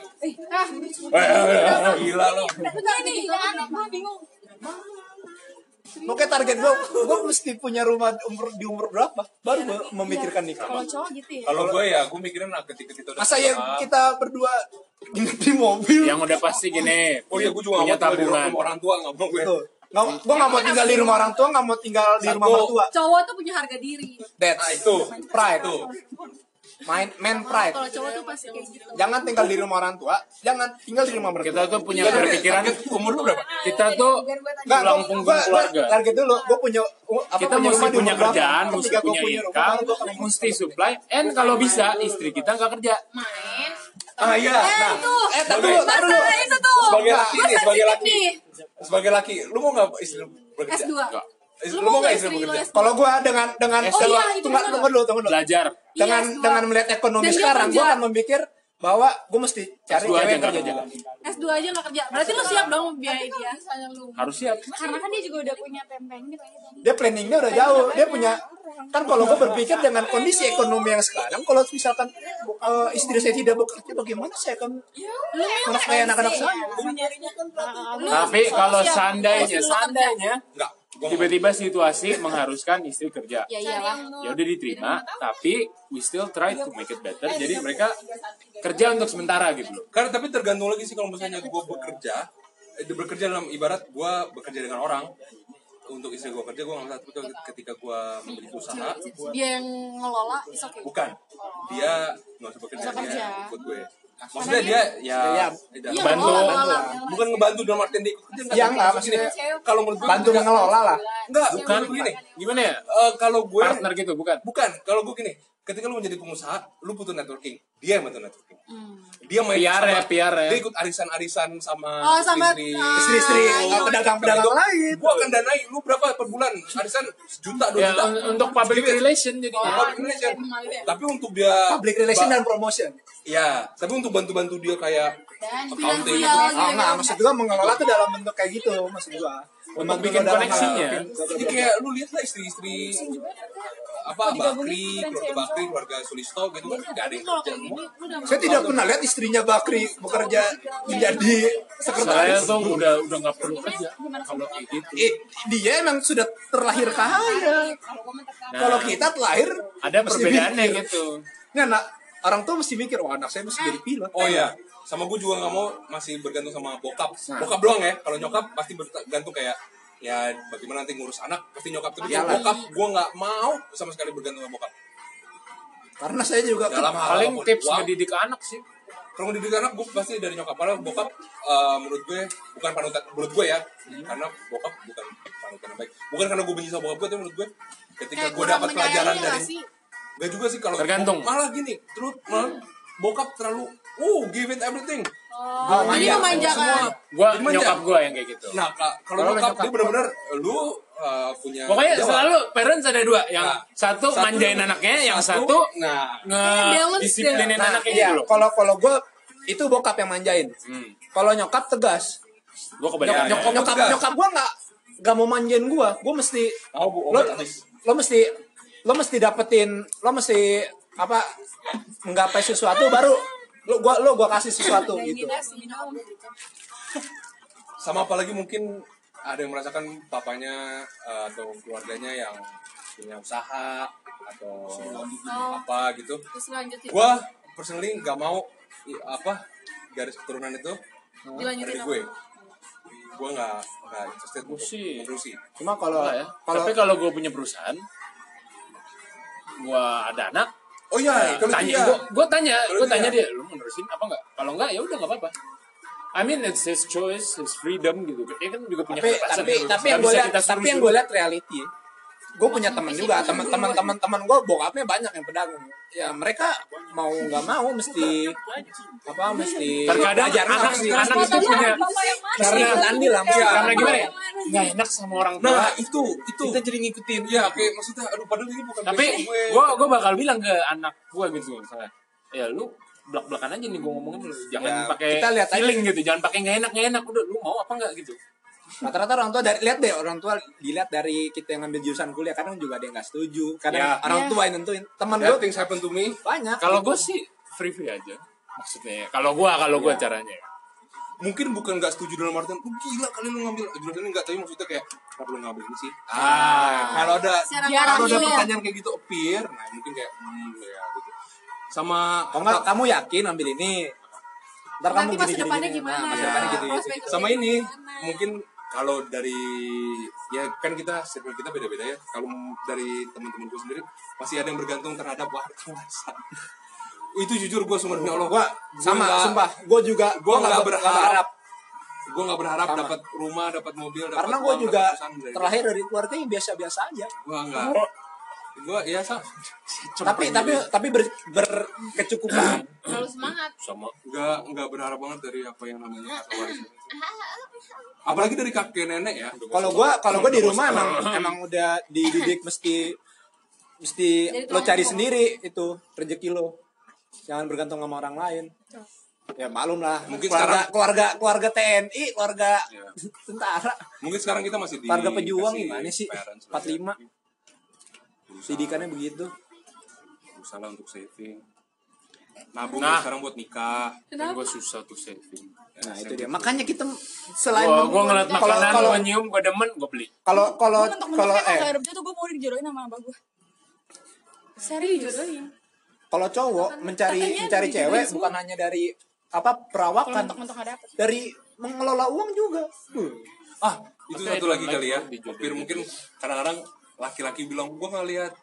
Gila lo. Betul nih. Aneh, gue bingung. Oke, target gue mesti punya rumah di umur berapa baru gue memikirkan nikah. Kalau cowok gitu ya. Kalau gue ya, gue mikirin ketika kita udah Masa ya nikah. kita berdua nginep di mobil? yang udah pasti gini. Oh iya, gue juga punya nggak mau tinggal di tabungan. rumah orang tua, nggak mau gue. Tuh. Gue nggak mau tinggal di rumah orang tua, nggak mau tinggal di rumah Satu. mertua. Cowok tuh punya harga diri. Nah itu, Pride. itu. Man pride. Kalau cowok tuh pasti kayak gitu. Jangan tinggal di rumah orang tua, jangan tinggal di rumah mertua. Kita tuh punya berpikiran Umur lu berapa? kita tuh tulang punggung keluarga. Target dulu, gue punya Kita rumah mesti di punya umur berapa. kerjaan, mesti Ketika gua punya punya rumah, income, baru gua akan mesti supply, and kalau bisa istri kita nggak kerja. Ah iya. Nah, tar dulu. Masalah itu tuh. sebagai laki nih, sebagai laki. Nih. Sebagai laki, lu mau nggak istri lu bekerja? S2. Lu mau nggak istri lu bekerja? Kalau gue dengan Oh iya, itu tunggu dulu. Belajar. Dengan Iya, S2. dengan melihat ekonomi Dan dia sekarang, gue kerja. akan memikir bahwa gue mesti cari S2 cewek aja yang nggak kerja kerja. juga. S2 aja gak kerja. Berarti lu siap dong biayai dia. Harus siap. Karena kan dia juga udah punya pempeng gitu. Dia planningnya udah jauh. Dia punya kan kalau gue berpikir dengan kondisi ekonomi yang sekarang, kalau misalkan istri saya tidak bekerja, bagaimana saya akan menafkahi anak-anak saya? Tapi kalau seandainya Enggak. tiba-tiba situasi mengharuskan istri kerja, Ya iyalah. ya udah diterima, tapi we still try to make it better. Jadi mereka kerja untuk sementara gitu loh. Karena tapi tergantung lagi sih kalau misalnya gue bekerja dalam ibarat gue bekerja dengan orang untuk istri gue kerja gue nggak masalah. Tapi ketika gue memiliki usaha Dia yang ngelola, is okay. bukan dia nggak usah bekerja Nggak kerja. dia ikut gue. Maksudnya dia ya Bantu. bukan ngebantu dalam artian dia ikut kerja Ya, tapi nggak, maksudnya maksudnya kalau menurut gue Bantu mengelola lah. enggak Bukan gini gimana ya? kalau gue Partner gitu bukan? bukan kalau gue gini ketika lu menjadi pengusaha lu butuh networking dia yang butuh networking dia main PR ya, PR ya. dia ikut arisan-arisan sama Oh, sama, Istri-istri pedagang-pedagang lain. gue akan danai lu berapa per bulan arisan sejuta 2 Ya juta untuk public relation jadi. Public relation. Tapi untuk dia Public relation dan promotion. ya tapi untuk bantu-bantu dia kayak accounting Enggak, maksud gua mengelola tuh dalam bentuk kayak gitu, maksud gua. Untuk bikin koneksinya. jadi kayak lu lihat lah istri-istri Bakri, keluarga Sulisto gitu kan gak ada yang kerja semua. Saya tidak pernah lihat istrinya Bakri bekerja menjadi Saya sekretaris. tuh udah nggak perlu kerja kalau kayak gitu. Dia emang sudah terlahir kaya. Kalau kita terlahir Ada mesti perbedaannya mikir. gitu. Nah, orang tua mesti mikir, wah anak saya mesti jadi pilot. Oh iya, Sama gue juga nggak mau masih bergantung sama bokap. Bokap doang ya. Kalau nyokap pasti bergantung kayak ya bagaimana nanti ngurus anak pasti nyokap. Tapi kalau bokap gue nggak mau sama sekali bergantung sama bokap. Karena saya juga Dalam hal Paling apapun. tips ngedidik anak sih. Kalau ngedidik anak gue pasti dari nyokap. Karena bokap menurut gue bukan panutan menurut gue ya. Karena bokap bukan panutan yang baik. Bukan karena gue benci sama bokap gue, tapi menurut gue ketika gue dapat pelajaran dari gak juga sih kalau tergantung. malah gini terus malah bokap terlalu give it everything. Jadi memanjakan. Gua Jadi manja. nyokap gua yang kayak gitu. Nah kalau nyokap dia benar-benar lu punya Pokoknya jawab. selalu parents ada dua, yang Nah, satu manjain anaknya, yang satu balance ngedisiplinin deh. anaknya iya, gitu loh. kalau gue itu bokap yang manjain. Kalau nyokap tegas. Gua kebalikan. Nyokap gue nggak mau manjain gue. Gue mesti lo mesti dapetin, lo mesti apa menggapai sesuatu baru gua kasih sesuatu gitu. Sama apalagi mungkin ada yang merasakan papanya atau keluarganya yang punya usaha atau apa gitu. Terus lanjutin. Gua personally nggak mau garis keturunan itu Dilanjutin dari gue. Gue nggak interested untuk sih. menerusi. Cuma kalau Ya. Tapi kalau gua punya perusahaan, gua ada anak, Oh iya, kalau tanya, dia gue tanya Kalau dia. dia, lu mau nerusin apa enggak? Kalau enggak ya udah enggak apa-apa. I mean it's his choice, his freedom gitu. Dia kan juga punya kebebasan. tapi yang gue lihat reality. Gue punya teman juga, teman gue bokapnya banyak yang pedagang. Ya mereka mau nggak mau mesti terkadang belajar anak sih. itu punya Karena andil lah. karena gimana ya? Nggak enak sama orang tua. Nah itu Kita jadi ngikutin. ya kayak maksudnya aduh padahal ini bukan Tapi passion gue. gue bakal bilang ke anak gue gitu misalnya, ya lu belak-belakan aja nih gue ngomongin lu, jangan Ya, pakai kita lihat aja. feeling gitu, jangan pakai nggak enak, udah lu mau apa enggak gitu. Rata-rata orang tua orang tua dilihat dari kita yang ngambil jurusan kuliah, kadang juga ada yang nggak setuju, kadang Ya. orang tua yang nentuin. Teman That gue things happen to me. banyak. Kalau gue sih free aja, maksudnya kalau gue caranya. Mungkin bukan nggak setuju dalam artian gila kali lu ngambil jurusan ini nggak, tapi maksudnya kayak kenapa lu ngambil ini sih. Kalau ada pertanyaan kayak gitu appear, nah mungkin kayak ya gitu. Sama Kalau nggak kamu yakin ambil ini, ntar kamu Nanti masa gini-gini. depannya gimana? Nah, masa depannya gini. Prospek sama kerjanya ini gimana? mungkin kalau dari ya kan circle kita beda-beda ya. Kalau dari teman-teman gue sendiri masih ada yang bergantung terhadap warisan. Itu jujur gue sumber demi Allah. Gua sama, sumpah. Gue juga Gue nggak berharap. berharap. Gue nggak berharap Sama. dapat rumah, dapat mobil, dapat Karena gue uang, juga dapat perusahaan dari- terlahir dari keluarga yang biasa-biasa aja. Gue enggak. Gue ya sama. Tapi berkecukupan. Terlalu semangat. Sama Enggak berharap banget dari apa yang namanya harta warisan. Apalagi dari kakek nenek ya. Kalau gue di rumah emang udah dididik mesti lo cari sendiri itu rezeki lo. Jangan bergantung sama orang lain. Ya malum lah. Mungkin keluarga TNI, keluarga tentara, Mungkin sekarang kita masih di keluarga pejuang kasih gimana sih? parents 45. Didikannya begitu. Usaha untuk saving. Nabung Nah. sekarang buat nikah. kan gue susah tuh saving. Nah, itu dia. Makanya kita selain Gue ngeliat makanan, kalau gue nyium, gue demen, gue beli. kalau Air tuh gue mau dijodohin sama abah gue. Serius. kalau cowok mencari cewek bukan hanya dari perawakan, Mentok-mentok gak dapet. dari mengelola uang juga. Itu Oke, satu lagi like kali ya. dijodohin. Opir mungkin kadang-kadang laki-laki bilang gue nggak lihat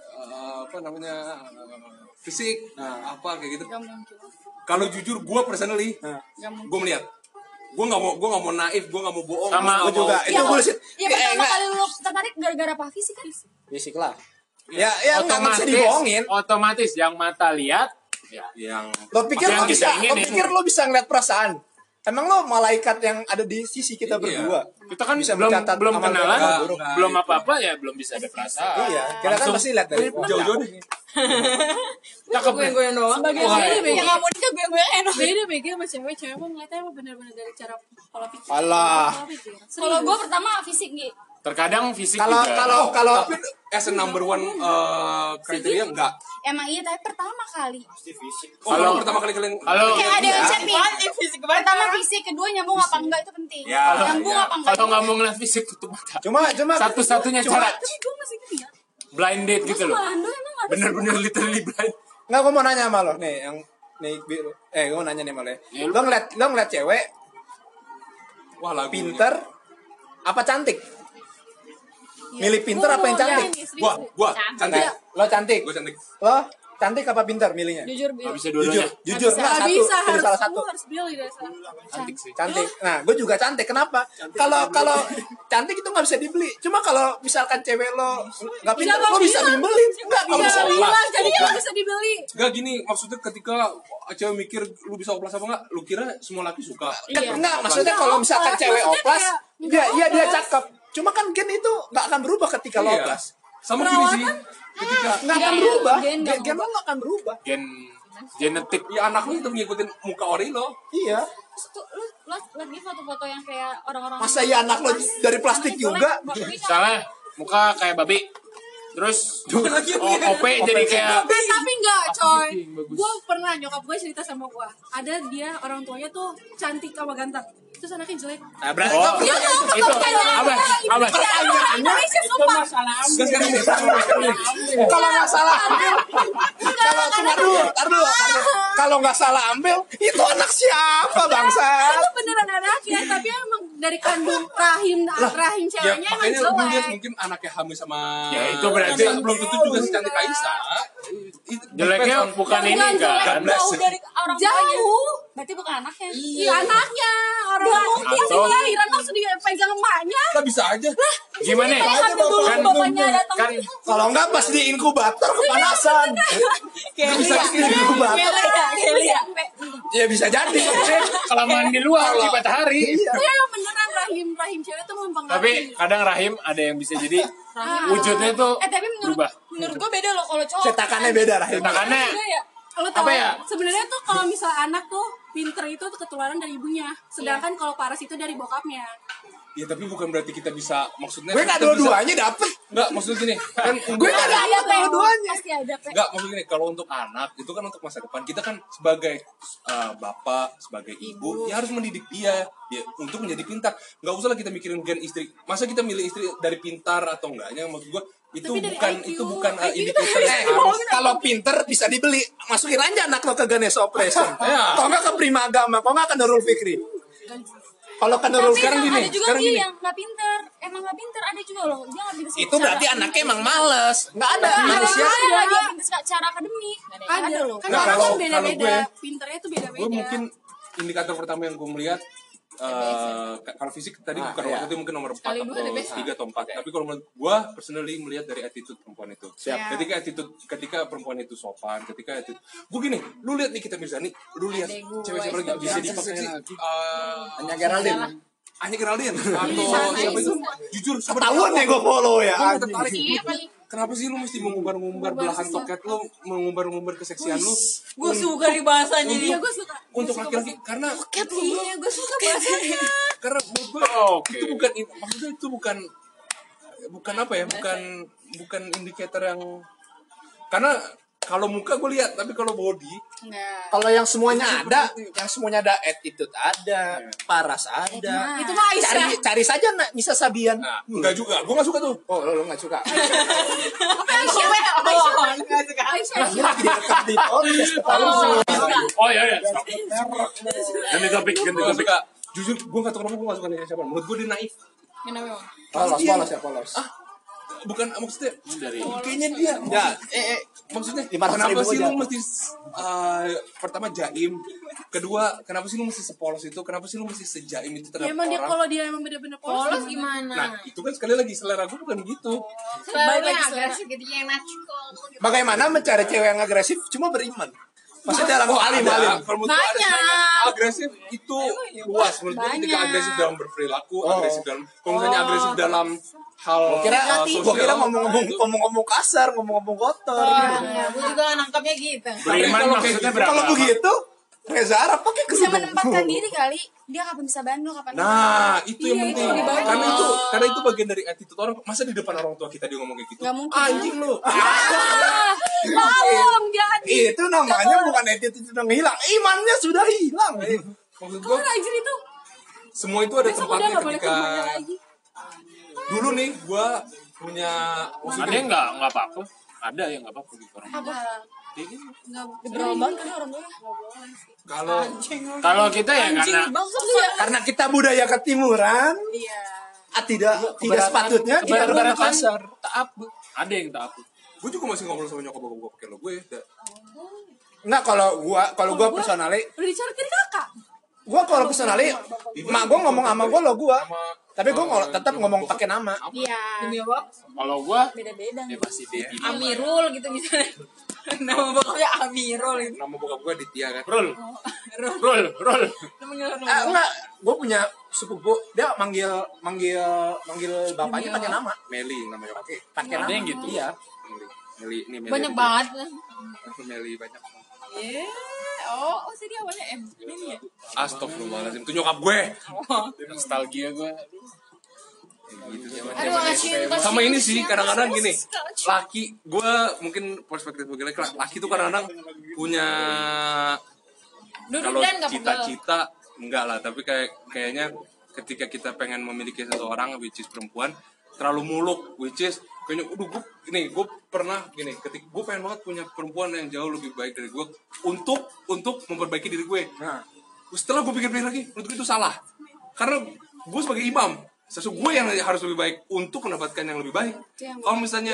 fisik, apa kayak gitu. Gak mungkin. Kalau jujur gue personally, gue melihat. Gue nggak mau naif, gue nggak mau bohong. Sama, gua nggak Gue juga. mau- Itu bullshit. Ya pertama kali lu tertarik gara-gara apa fisik kan? Fisik lah. Ya nggak bisa dibohongin. Otomatis yang mata lihat, ya. yang Lo pikir Yang lo kita bisa, inginin. lo bisa ngeliat perasaan? Emang lo malaikat yang ada di sisi kita Iya. berdua? Kita kan Bisa belum mencatat belum amal kenalan, baik dan buruk. belum apa-apa ya, belum bisa ada perasaan. Iya, kita kan pasti lihat dari jauh-jauh deh. Cakep nih. Goyang doang. Sebagai Wah, cewek beda. yang gak mau nikah gue enak. Beda BG sama cewek. Cewek mah ngeliatnya emang bener-bener dari cara pola pikir. Alah. Pola pikir. Kalau gue pertama fisik nih. Terkadang fisik Kalau juga. kalau Tapi as a number one kriteria enggak. Emang iya tapi pertama kali. Kalau pertama kali kalian Kayak ada yang chat nih. Pertama fisik, kedua nyambung apa enggak itu penting. Ya, Nyambung ya. apa enggak? Kalau nggak mau ngeliat fisik, tutup mata. cuma Satu-satunya cara Tapi gue masih gini ya. blind date gitu loh. Ando emang ada Bener-bener literally blind. nggak, gue mau nanya sama lo nih, yang nih gue nanya nih malah. Lo ngeliat cewek Wah, lagu pinter apa cantik? Milih pinter apa yang cantik? Gua cantik. Lo cantik. Gua cantik. Lo cantik apa pinter milihnya? Jujur, Nggak bisa Jujur, dua-duanya. jujur nggak satu, bisa, pilih salah satu. harus pilih deh. Cantik sih. Cantik. Nah, gue juga cantik. Kenapa? Kalau cantik itu nggak bisa dibeli. Cuma kalau misalkan cewek lo nggak pinter, lo bisa dibeli. Enggak, kalau Bisa bisa bilang, jadi nggak bisa dibeli. Enggak gini, maksudnya ketika cewek mikir lu bisa oplas apa enggak, lu kira semua laki suka. Enggak, maksudnya kalau misalkan Oplas, cewek maksudnya oplas, kayak dia cakep. Cuma kan gen itu nggak akan berubah ketika lo Iya. oplas. Sama gini sih, ketika Nggak akan berubah. Gen nggak Gen lo nggak akan berubah. Genetik. ya anak lu tetap ngikutin muka ori lo. Iya. Terus tuh lu lagi foto-foto yang kayak orang-orang Masa ya anak lo dari plastik juga? Salah, muka kayak babi. Terus OP jadi kayak Tapi enggak coy. bagus. Gue pernah nyokap gue cerita sama gue. Ada dia orang tuanya tuh cantik sama ganteng. Terus anaknya jelek. Nah, berarti Oh, Iya dong, itu apa? Apa? Indonesia sumpah. kalau nggak salah ambil, tar dulu. Kalau nggak salah ambil, itu anak siapa bangsa? Itu beneran anaknya, tapi emang dari kandung rahim Ya ceweknya emang makanya lu lihat jelek. mungkin anaknya hamil sama Ya, itu berarti belum tentu juga secantik Aisyah. Jeleknya bukan ini kan. jauh dari orang tuanya. Jauh. Berarti bukan anaknya. Iya anaknya orang mungkin sih Atau- kelahiran langsung dipegang emaknya. Kita bisa aja. Gimana? Hamil dulu Kan bapaknya datang. kan Kalau nggak pas di inkubator kepanasan. Bisa di inkubator. Ya bisa jadi. kelamaan di luar di matahari. Itu yang beneran rahim cewek tuh mempengaruhi. Tapi kadang rahim ada yang bisa jadi wujudnya tuh Tapi berubah. menurut gue beda loh kalau cowok. Cetakannya beda rahim. Cetakannya Beda ya. Lo tau Apa ya? sebenarnya tuh kalau misal anak tuh pinter itu tuh ketularan dari ibunya, sedangkan kalau paras itu dari bokapnya. Ya tapi bukan berarti kita bisa maksudnya. Gue nggak kita bisa- dua-duanya dapet. Enggak, maksudnya gini. Kan Gue nggak Pasti ada dapet dua-duanya. Pasti ada Pe. enggak maksudnya gini, kalau untuk anak itu kan untuk masa depan. Kita kan sebagai bapak, sebagai ibu, ya harus mendidik dia ya, untuk menjadi pintar. Enggak usah lah kita mikirin gen istri. Masa kita milih istri dari pintar atau enggaknya, maksud gue itu Tapi dari bukan IQ. itu bukan IQ indikator yang harus. Kalau pinter bisa dibeli, masukin aja anak lo ke Ganesha Operation. Ya. Kok nggak ke Prima Agama, kok nggak ke Nurul Fikri. Kalau ke Nurul Tapi sekarang emang gini, ada juga sekarang sih gini. yang nggak pinter. Emang nggak pinter ada juga loh. Dia nggak pinter Itu berarti anaknya emang males. Nggak ada Ada manusia. ada dia pinter secara akademik. Ada loh. kan Nah, orang kalau- kan beda-beda, kalau pinternya tuh beda-beda. Gue mungkin indikator pertama yang gue melihat kalau fisik tadi bukan iya. waktu itu mungkin nomor 4 Sekali atau dua ada basic. 3 atau 4. Tapi kalau menurut gue personally melihat dari attitude perempuan itu. Siap. Ketika perempuan itu sopan, ketika attitude. Gue gini, lu lihat nih kita Mirzani, lu lihat cewek siapa lagi bisa dipakai sih? Hanya Geraldine. Hanya Geraldine atau siapa itu? Jujur, siapa Tahun ya gue follow ya. Gue nggak tertarik. Iya kali. Kenapa sih lu mesti mengumbar-ngumbar belahan toket lu, mengumbar-ngumbar keseksian lu? Gue suka nih bahasanya Iya dia. gue suka. Untuk laki-laki karena Iya gue suka bahasanya. karena menurut gue Oke. itu bukan maksudnya itu bukan apa ya, bukan indikator yang, karena kalau muka gue lihat, tapi kalau body Enggak. Kalau yang semuanya ada attitude ada, paras ada. Itu mah Aisyah. Cari saja nak Nisa Sabian. nah, enggak juga, gue nggak suka tuh. Oh, lo nggak suka. Aisyah. Direkam di podcast ketahuan. Oh iya iya. Ganti topik, Gue nggak suka. Jujur, gue nggak tahu kenapa gue nggak suka dengan siapa. Menurut gue dia naif. Kenapa? Polos ya polos. Bukan maksudnya Dari kayaknya dia maksudnya kenapa 500.000 sih aja. lu mesti pertama jaim, kedua kenapa sih lu mesti sepolos itu, kenapa sih lu mesti sejaim itu Ya terhadap emang dia orang. kalau dia emang bener-bener polos gimana? Nah itu kan sekali lagi selera gue bukan gitu. Balik lagi agresif gitu yang natural. Bagaimana mencari cewek yang agresif cuma beriman? Maksudnya langsung alim. Kalau menurut gue ada sebenarnya agresif itu luas. Menurut gue ketika Banyak. agresif dalam berperilaku, agresif dalam, kalau misalnya agresif dalam hal Gua kira ngomong-ngomong kasar, ngomong-ngomong kotor. Gue juga nangkapnya gitu. beriman kalau maksudnya kayak berapa? Kalau begitu, Reza Arab pakai Bisa kerudung. menempatkan diri kali. Dia kapan bisa bandel kapan Nah, itu yang penting. itu dibawa. Karena itu bagian dari attitude orang. Masa di depan orang tua kita dia ngomong kayak gitu? Nggak mungkin. Anjing lu. Tolong jadi. Itu namanya bukan attitude yang hilang, imannya sudah hilang. Maksud Kok gua anjir itu? semua itu ada Besok udah tempatnya gak boleh ketika ketemunya lagi. dulu nih gua punya Ada yang nggak apa-apa. Ada yang nggak apa-apa gitu orang. Liberal banget kan orang gue. Kalau kita ya Karena kita budaya ketimuran. Iya. Tidak sepatutnya kita keberatan kasar. taap. Ada yang taap. Gue juga masih ngobrol sama nyokap gue pakai lo gue. Enggak, kalau gua personally, Udah dicoret dari kakak. gua kalau personally, mak gua ngomong sama gua lo gua. Tapi gua tetap ngomong pakai nama. Iya. Demi apa? Kalau gua Beda-beda. ya pasti dia. Amirul gitu misalnya. Nama bokapnya Amirul itu. Nama bokap gue Ditya kan. Rul. Enggak, gua punya sepupu, dia manggil bapaknya pakai nama. Meli namanya. Pakai Ada nama. yang gitu? Iya. Meli ini Meli. Banyak banget. Meli banyak. Iya. Oh, jadi awalnya ini ya. Astagfirullahaladzim, itu nyokap gue. Nostalgia gua. Gitu, Aduh, kasihan. sama ini sih kadang-kadang gini, laki gue mungkin perspektif gue laki tuh kadang-kadang punya kalau Dan nggak cita-cita enggak lah, tapi kayaknya ketika kita pengen memiliki seseorang which is perempuan terlalu muluk, which is kayaknya gue pernah gini, ketika gue pengen banget punya perempuan yang jauh lebih baik dari gue untuk memperbaiki diri gue. Nah, Setelah gue pikir-pikir lagi, menurut gue itu salah, karena gue sebagai imam, sesuatu gue yang harus lebih baik untuk mendapatkan yang lebih baik. Kalau misalnya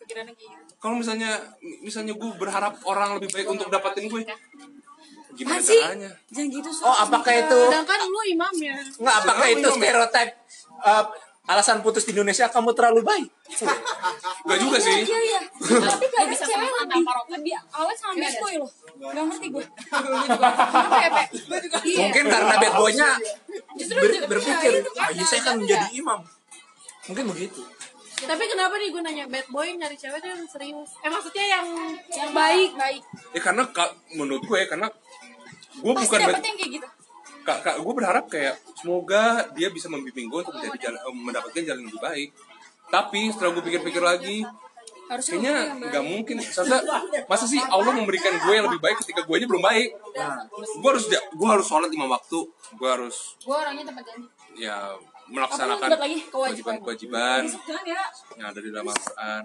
misalnya gue berharap orang lebih baik untuk dapatin gue, gimana caranya? Jangan gitu. apakah itu? Sedangkan lu imamnya. Enggak, apakah itu stereotip alasan putus di Indonesia kamu terlalu baik? Gak juga sih. Iya. Tapi kadang cewek lebih awet sama bad boy loh. Gak ngerti gue. Kenapa ya, Pe? Mungkin karena bad boy-nya Justru berpikir, iya, saya kan menjadi imam. Mungkin begitu. Tapi kenapa nih gue nanya bad boy nyari cewek tuh yang serius? Maksudnya yang baik. Ya karena menurut gue karena gue Pasti bukan dapetnya yang kayak gitu. Kak, gue berharap kayak semoga dia bisa membimbing gue untuk mendapatkan jalan yang lebih baik. Tapi setelah gue pikir-pikir lagi, Harusnya kayaknya nggak mungkin. Masa sih Allah memberikan gue yang lebih baik ketika gue aja belum baik? Gue harus sholat 5 waktu. Gue harus Gue orangnya tempat janji. ya melaksanakan Apa lagi? kewajiban Jangan ya. yang ada di dalam Al-Quran.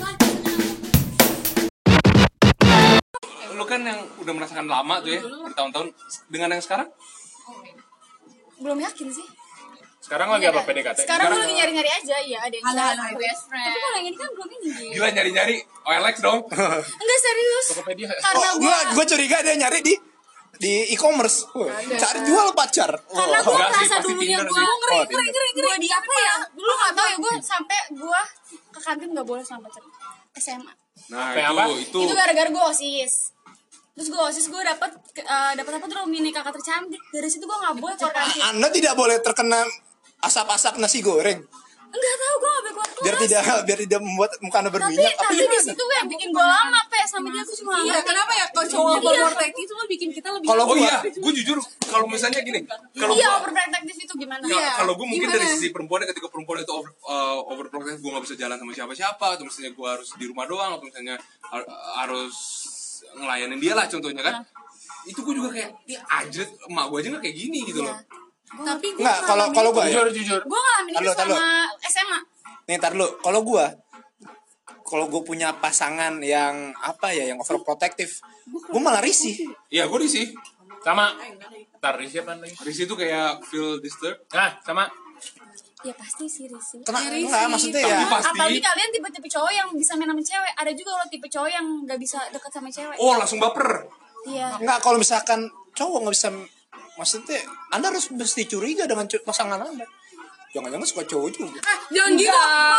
Lu kan yang udah merasakan lama tuh ya, bertahun-tahun. Dengan yang sekarang? Belum yakin sih. Sekarang lagi apa PDKT? Sekarang gue lagi nyari-nyari aja, ya ada yang Anak-anak best friend. Tapi kalau yang ini kan belum ini. Gila nyari-nyari OLX dong. Enggak serius. Tokopedia. Karena gue curiga dia nyari di e-commerce. Cari jual pacar. karena gue Enggak sih, merasa pasti dulunya Tinder gue sih. gue di apa ya? Dulu nggak tahu ya gue sampai gue ke kantin nggak boleh sama pacar SMA. Nah Kayak apa? itu Itu gara-gara gue OSIS. Terus gue OSIS gue dapat apa tuh mini kakak tercantik. Dari situ gue nggak boleh keluar kantin. Anda tidak boleh terkena asap-asap nasi goreng. Enggak tahu gue nggak boleh keluar Biar tidak membuat muka Anda Tapi berminyak. di situ gue yang bikin gue lama sama dia aku cuma Iya, kenapa ya kalau cowok overprotective itu bikin kita lebih Kalau Oh gua- iya, gue jujur kalau misalnya gini, kalau iya gua- overprotective itu gimana? kalau gue mungkin Gimana? dari sisi perempuan ketika perempuan itu overprotective, gue nggak bisa jalan sama siapa-siapa, atau misalnya gue harus di rumah doang, atau misalnya harus ngelayanin dia lah contohnya kan, itu gue juga kayak dia anjir, emak gue aja nggak kayak gini gitu loh. Tapi gue Enggak, kalau gua ya. Jujur. Gue ngalamin itu Taruh. sama SMA. Nih, tar dulu. Kalau gue punya pasangan yang yang overprotective, gue malah risih. Iya gue risih, Sama. Ntar siapa lagi? risih tuh kayak feel disturbed. Nah, sama. Ya pasti sih risih. Enggak, maksudnya Tapi ya. pasti. Apalagi kalian tipe-tipe cowok yang bisa main sama cewek. Ada juga loh tipe cowok yang gak bisa dekat sama cewek. Oh langsung baper. Iya. Enggak, kalau misalkan cowok nggak bisa, maksudnya Anda harus mesti curiga dengan pasangan Anda. Jangan-jangan suka cowok juga. jangan gitu.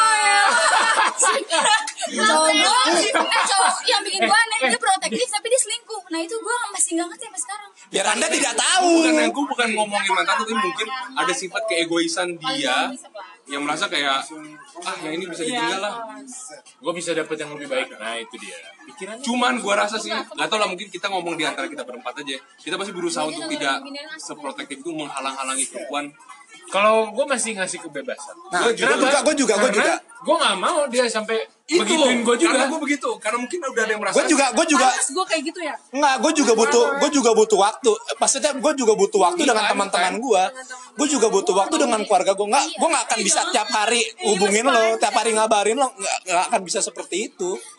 Cowok yang bikin gue aneh dia protektif tapi dia selingkuh. Nah itu gue masih gak ngerti sampai sekarang. Biar Anda tidak tahu. Bukan ngomongin mantan, tapi mungkin ada sifat keegoisan dia yang merasa kayak yang ini bisa ditinggal lah. Gue bisa dapet yang lebih baik. Nah, itu dia. Pikirannya. Cuman gue rasa sih, gak tau lah, mungkin kita ngomong di antara kita berempat aja. Kita pasti berusaha untuk tidak seprotektif itu menghalang-halangi perempuan. Kalau gue masih ngasih kebebasan. Nah, gue juga. Gue nggak mau dia sampai Itu begituin gue juga. Karena gue begitu, karena mungkin udah ada yang merasa. Gue juga. Panas gue kayak gitu ya. Enggak, gue juga butuh waktu. Maksudnya gue juga butuh waktu dengan teman-teman gue. Gue juga butuh waktu dengan keluarga gue. Gue nggak akan bisa tiap hari hubungin lo, tiap hari ngabarin lo. Nggak akan bisa seperti itu.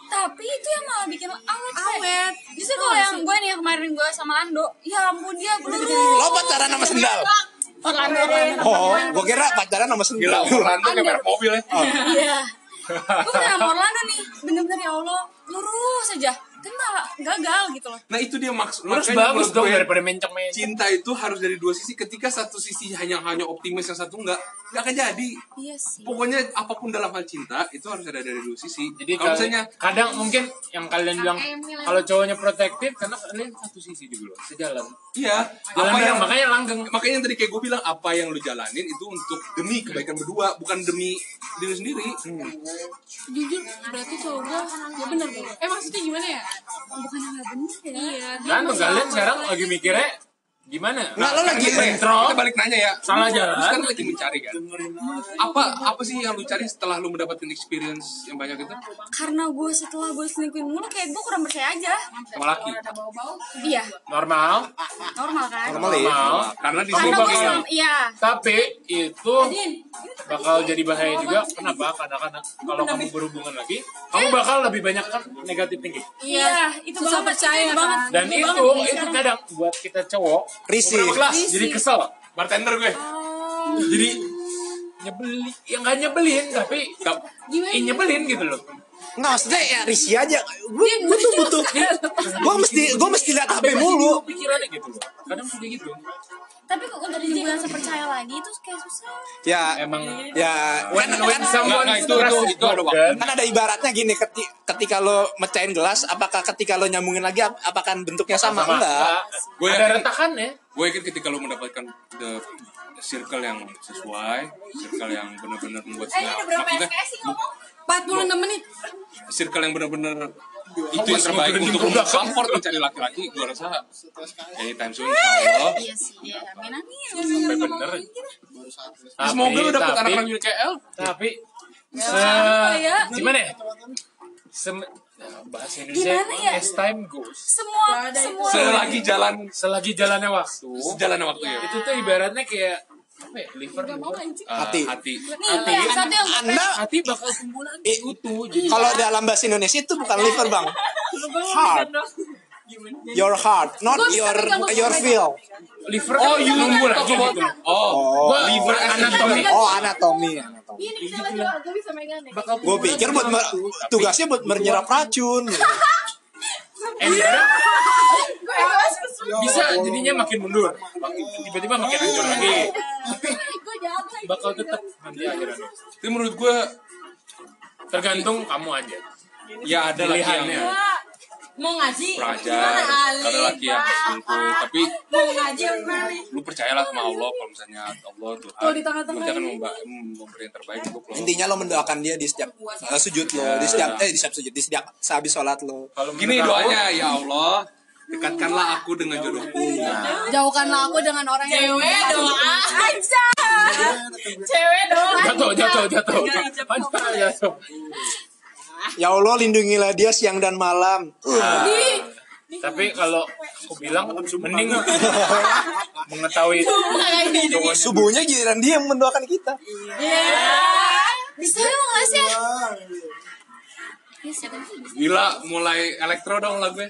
Tapi itu yang malah bikin awet. Justru kalau yang gue nih yang kemarin gue sama Lando, ya ampun dia peluru. Lo pacaran sama sendal? Orlando. Oh, gue kira pacaran sama sendal. Orlando kayak merek mobil ya. Iya. Gue udah sama Orlando nih, bener-bener ya Allah, lurus aja. Kan malah gagal gitu loh. Nah itu dia maksud. Terus Makanya bagus menurut dong gue, daripada mencong-mencong. cinta itu harus dari dua sisi. Ketika satu sisi hanya optimis, yang satu nggak akan jadi. Iya sih. Pokoknya apapun dalam hal cinta itu harus ada dari dua sisi. Jadi kalau misalnya kadang mungkin yang kalian bilang kalau cowoknya protektif karena kalian satu sisi dulu sejalan. iya, Jalan apa yang bareng, makanya langgeng. makanya yang tadi kayak gue bilang, apa yang lu jalanin itu untuk demi kebaikan berdua, bukan demi diri sendiri. Jujur, berarti cowok gue gak bener dong. Maksudnya gimana ya? Bukan yang gak bener ya. Iya. Kan kalian sekarang lagi mikirnya gimana? Nggak, lo lagi bentrok. Kita balik nanya ya. Salah Lu jalan. sekarang lagi mencari kan? Apa sih yang lu cari setelah lu mendapatkan experience yang banyak itu Karena gue setelah gue selingkuhin mulu kayak gue kurang percaya aja. sama laki? Iya, Normal. normal kan? Normal ya. Normal. Karena di Karena sini gue Bang, selama, iya. Tapi itu bakal jadi bahaya juga. Kenapa? Kadang-kadang kalau kamu berhubungan lagi, kamu bakal lebih banyak kan negatif tinggi. Iya, itu Susah banget, percaya, itu kan? banget. Dan itu kadang buat kita cowok Risih. beberapa kelas jadi kesel. bartender gue. Jadi nyebelin, ya nggak nyebelin tapi nyebelin gitu loh. Nggak, maksudnya ya risih aja. Gue tuh butuh. Gue mesti lihat HP mulu. Pikirannya gitu loh. Kadang sudah gitu. Tapi kok udah dibilang percaya lagi itu kayak susah. Ya, Emang ya when someone Nggak, itu ada waktu. kan ada ibaratnya gini, ketika lo mecahin gelas, apakah ketika lo nyambungin lagi apakah bentuknya sama? Enggak. Gue ada yakin- retakan ya. Gue yakin ketika lu mendapatkan the circle yang sesuai, circle yang benar-benar membuat maksudnya 46 menit. circle yang benar-benar itu yang terbaik untuk membuat comfort mencari laki-laki, gue rasa anytime soon insyaallah. Iya sih, ya. Amin amin. Sampai bener. Semoga lu dapet Tapi- anak-anak UKL. Tapi ya? gimana ya? Bahasa Indonesia Gimana ya? as time goes. Semua Selagi jalannya waktu, sejalannya waktu ya. Itu tuh ibaratnya kayak apa ya? Liver. Hati. Hati. nih yang satu yang Anda Hati bakal tumbuh lagi utuh. Jadi kalau dalam bahasa Indonesia itu bukan liver, Bang. Heart. Your heart, not your feel. liver tumbuh lagi gitu. Oh, Gua liver anatomi. Oh, anatomi. Ini kita juga gue bisa megang deh. Gue pikir tugasnya buat menyerap racun. Bisa jadinya makin mundur. Tiba-tiba makin hancur lagi. Gue jahat lagi. Bakal tetap nanti akhirnya. Tapi menurut gue Tergantung kamu aja. ya ada laki yang Pilihannya. Mau ngaji? belajar, ada laki yang selingkuh, tapi Mau ngaji kali. lu percayalah sama Allah kalau misalnya Allah Tuhan Tuh, di tengah-tengah nanti akan ini. memberi yang terbaik untuk lo. Intinya lo mendoakan dia di setiap sujud lo, di setiap sujud, di setiap sehabis sholat lo. Kalau Gini menurut aku, doanya, ya Allah, dekatkanlah aku dengan jodohku. Jauhkanlah aku dengan orang yang cewek doa aja. Cewek doa. Jatuh. Ya Allah, lindungilah dia siang dan malam. Tapi kalau aku bilang mending mengetahui Subuhnya giliran dia yang mendoakan kita. bisa emang nggak sih ya? Gila, mulai elektro dong lagunya.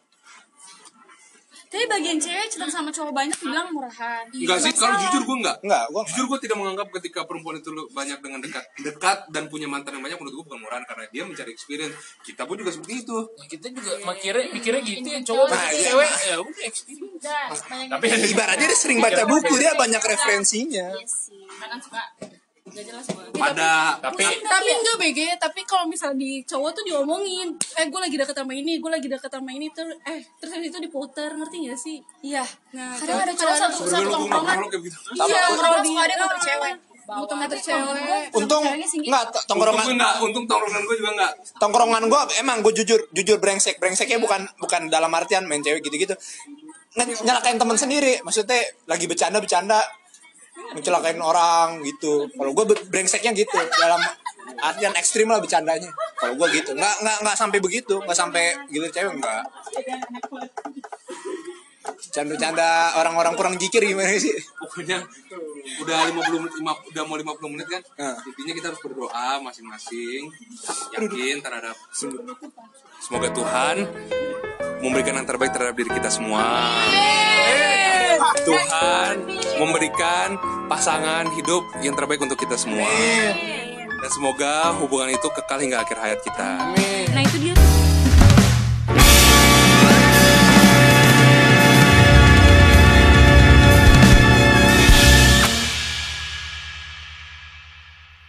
Tapi bagian cewek cinta sama cowok banyak dibilang murahan. Enggak sih, kalau jujur gue enggak. Enggak, gua Jujur gue tidak menganggap ketika perempuan itu banyak dengan dekat dan punya mantan yang banyak, menurut gue bukan murahan karena dia mencari experience. Kita pun juga seperti itu. kita juga mikirnya gitu ya cowok cewek ya udah experience. Tapi ibaratnya dia sering baca buku, dia banyak referensinya. Kadang suka gak jelas banget. Tapi Tapi enggak BG, tapi kalau misal di cowok tuh diomongin, gue lagi deket sama ini, gue lagi deket sama ini tuh, terus habis itu diputer, ngerti gak sih? Iya. Nah, Kadang ada cowok satu gue lu tongkrongan. kayak gitu. iya, Kalau di ada motor cewek. muter-muter cewek. Untung enggak Untung tongkrongan gue juga enggak. tongkrongan gue emang gue jujur brengseknya bukan dalam artian main cewek gitu-gitu. Nyalakain teman sendiri, maksudnya lagi bercanda mencelakain orang gitu. Kalau gue brengseknya gitu dalam artian ekstrim lah bercandanya. Kalau gue gitu, nggak sampai begitu, nggak sampai gilir cewek enggak. Canda orang-orang kurang jikir gimana sih? Pokoknya udah mau 50 menit kan. Intinya kita harus berdoa masing-masing, yakin terhadap Semoga Tuhan memberikan yang terbaik terhadap diri kita semua. Tuhan memberikan pasangan hidup yang terbaik untuk kita semua. Dan semoga hubungan itu kekal hingga akhir hayat kita. Nah itu dia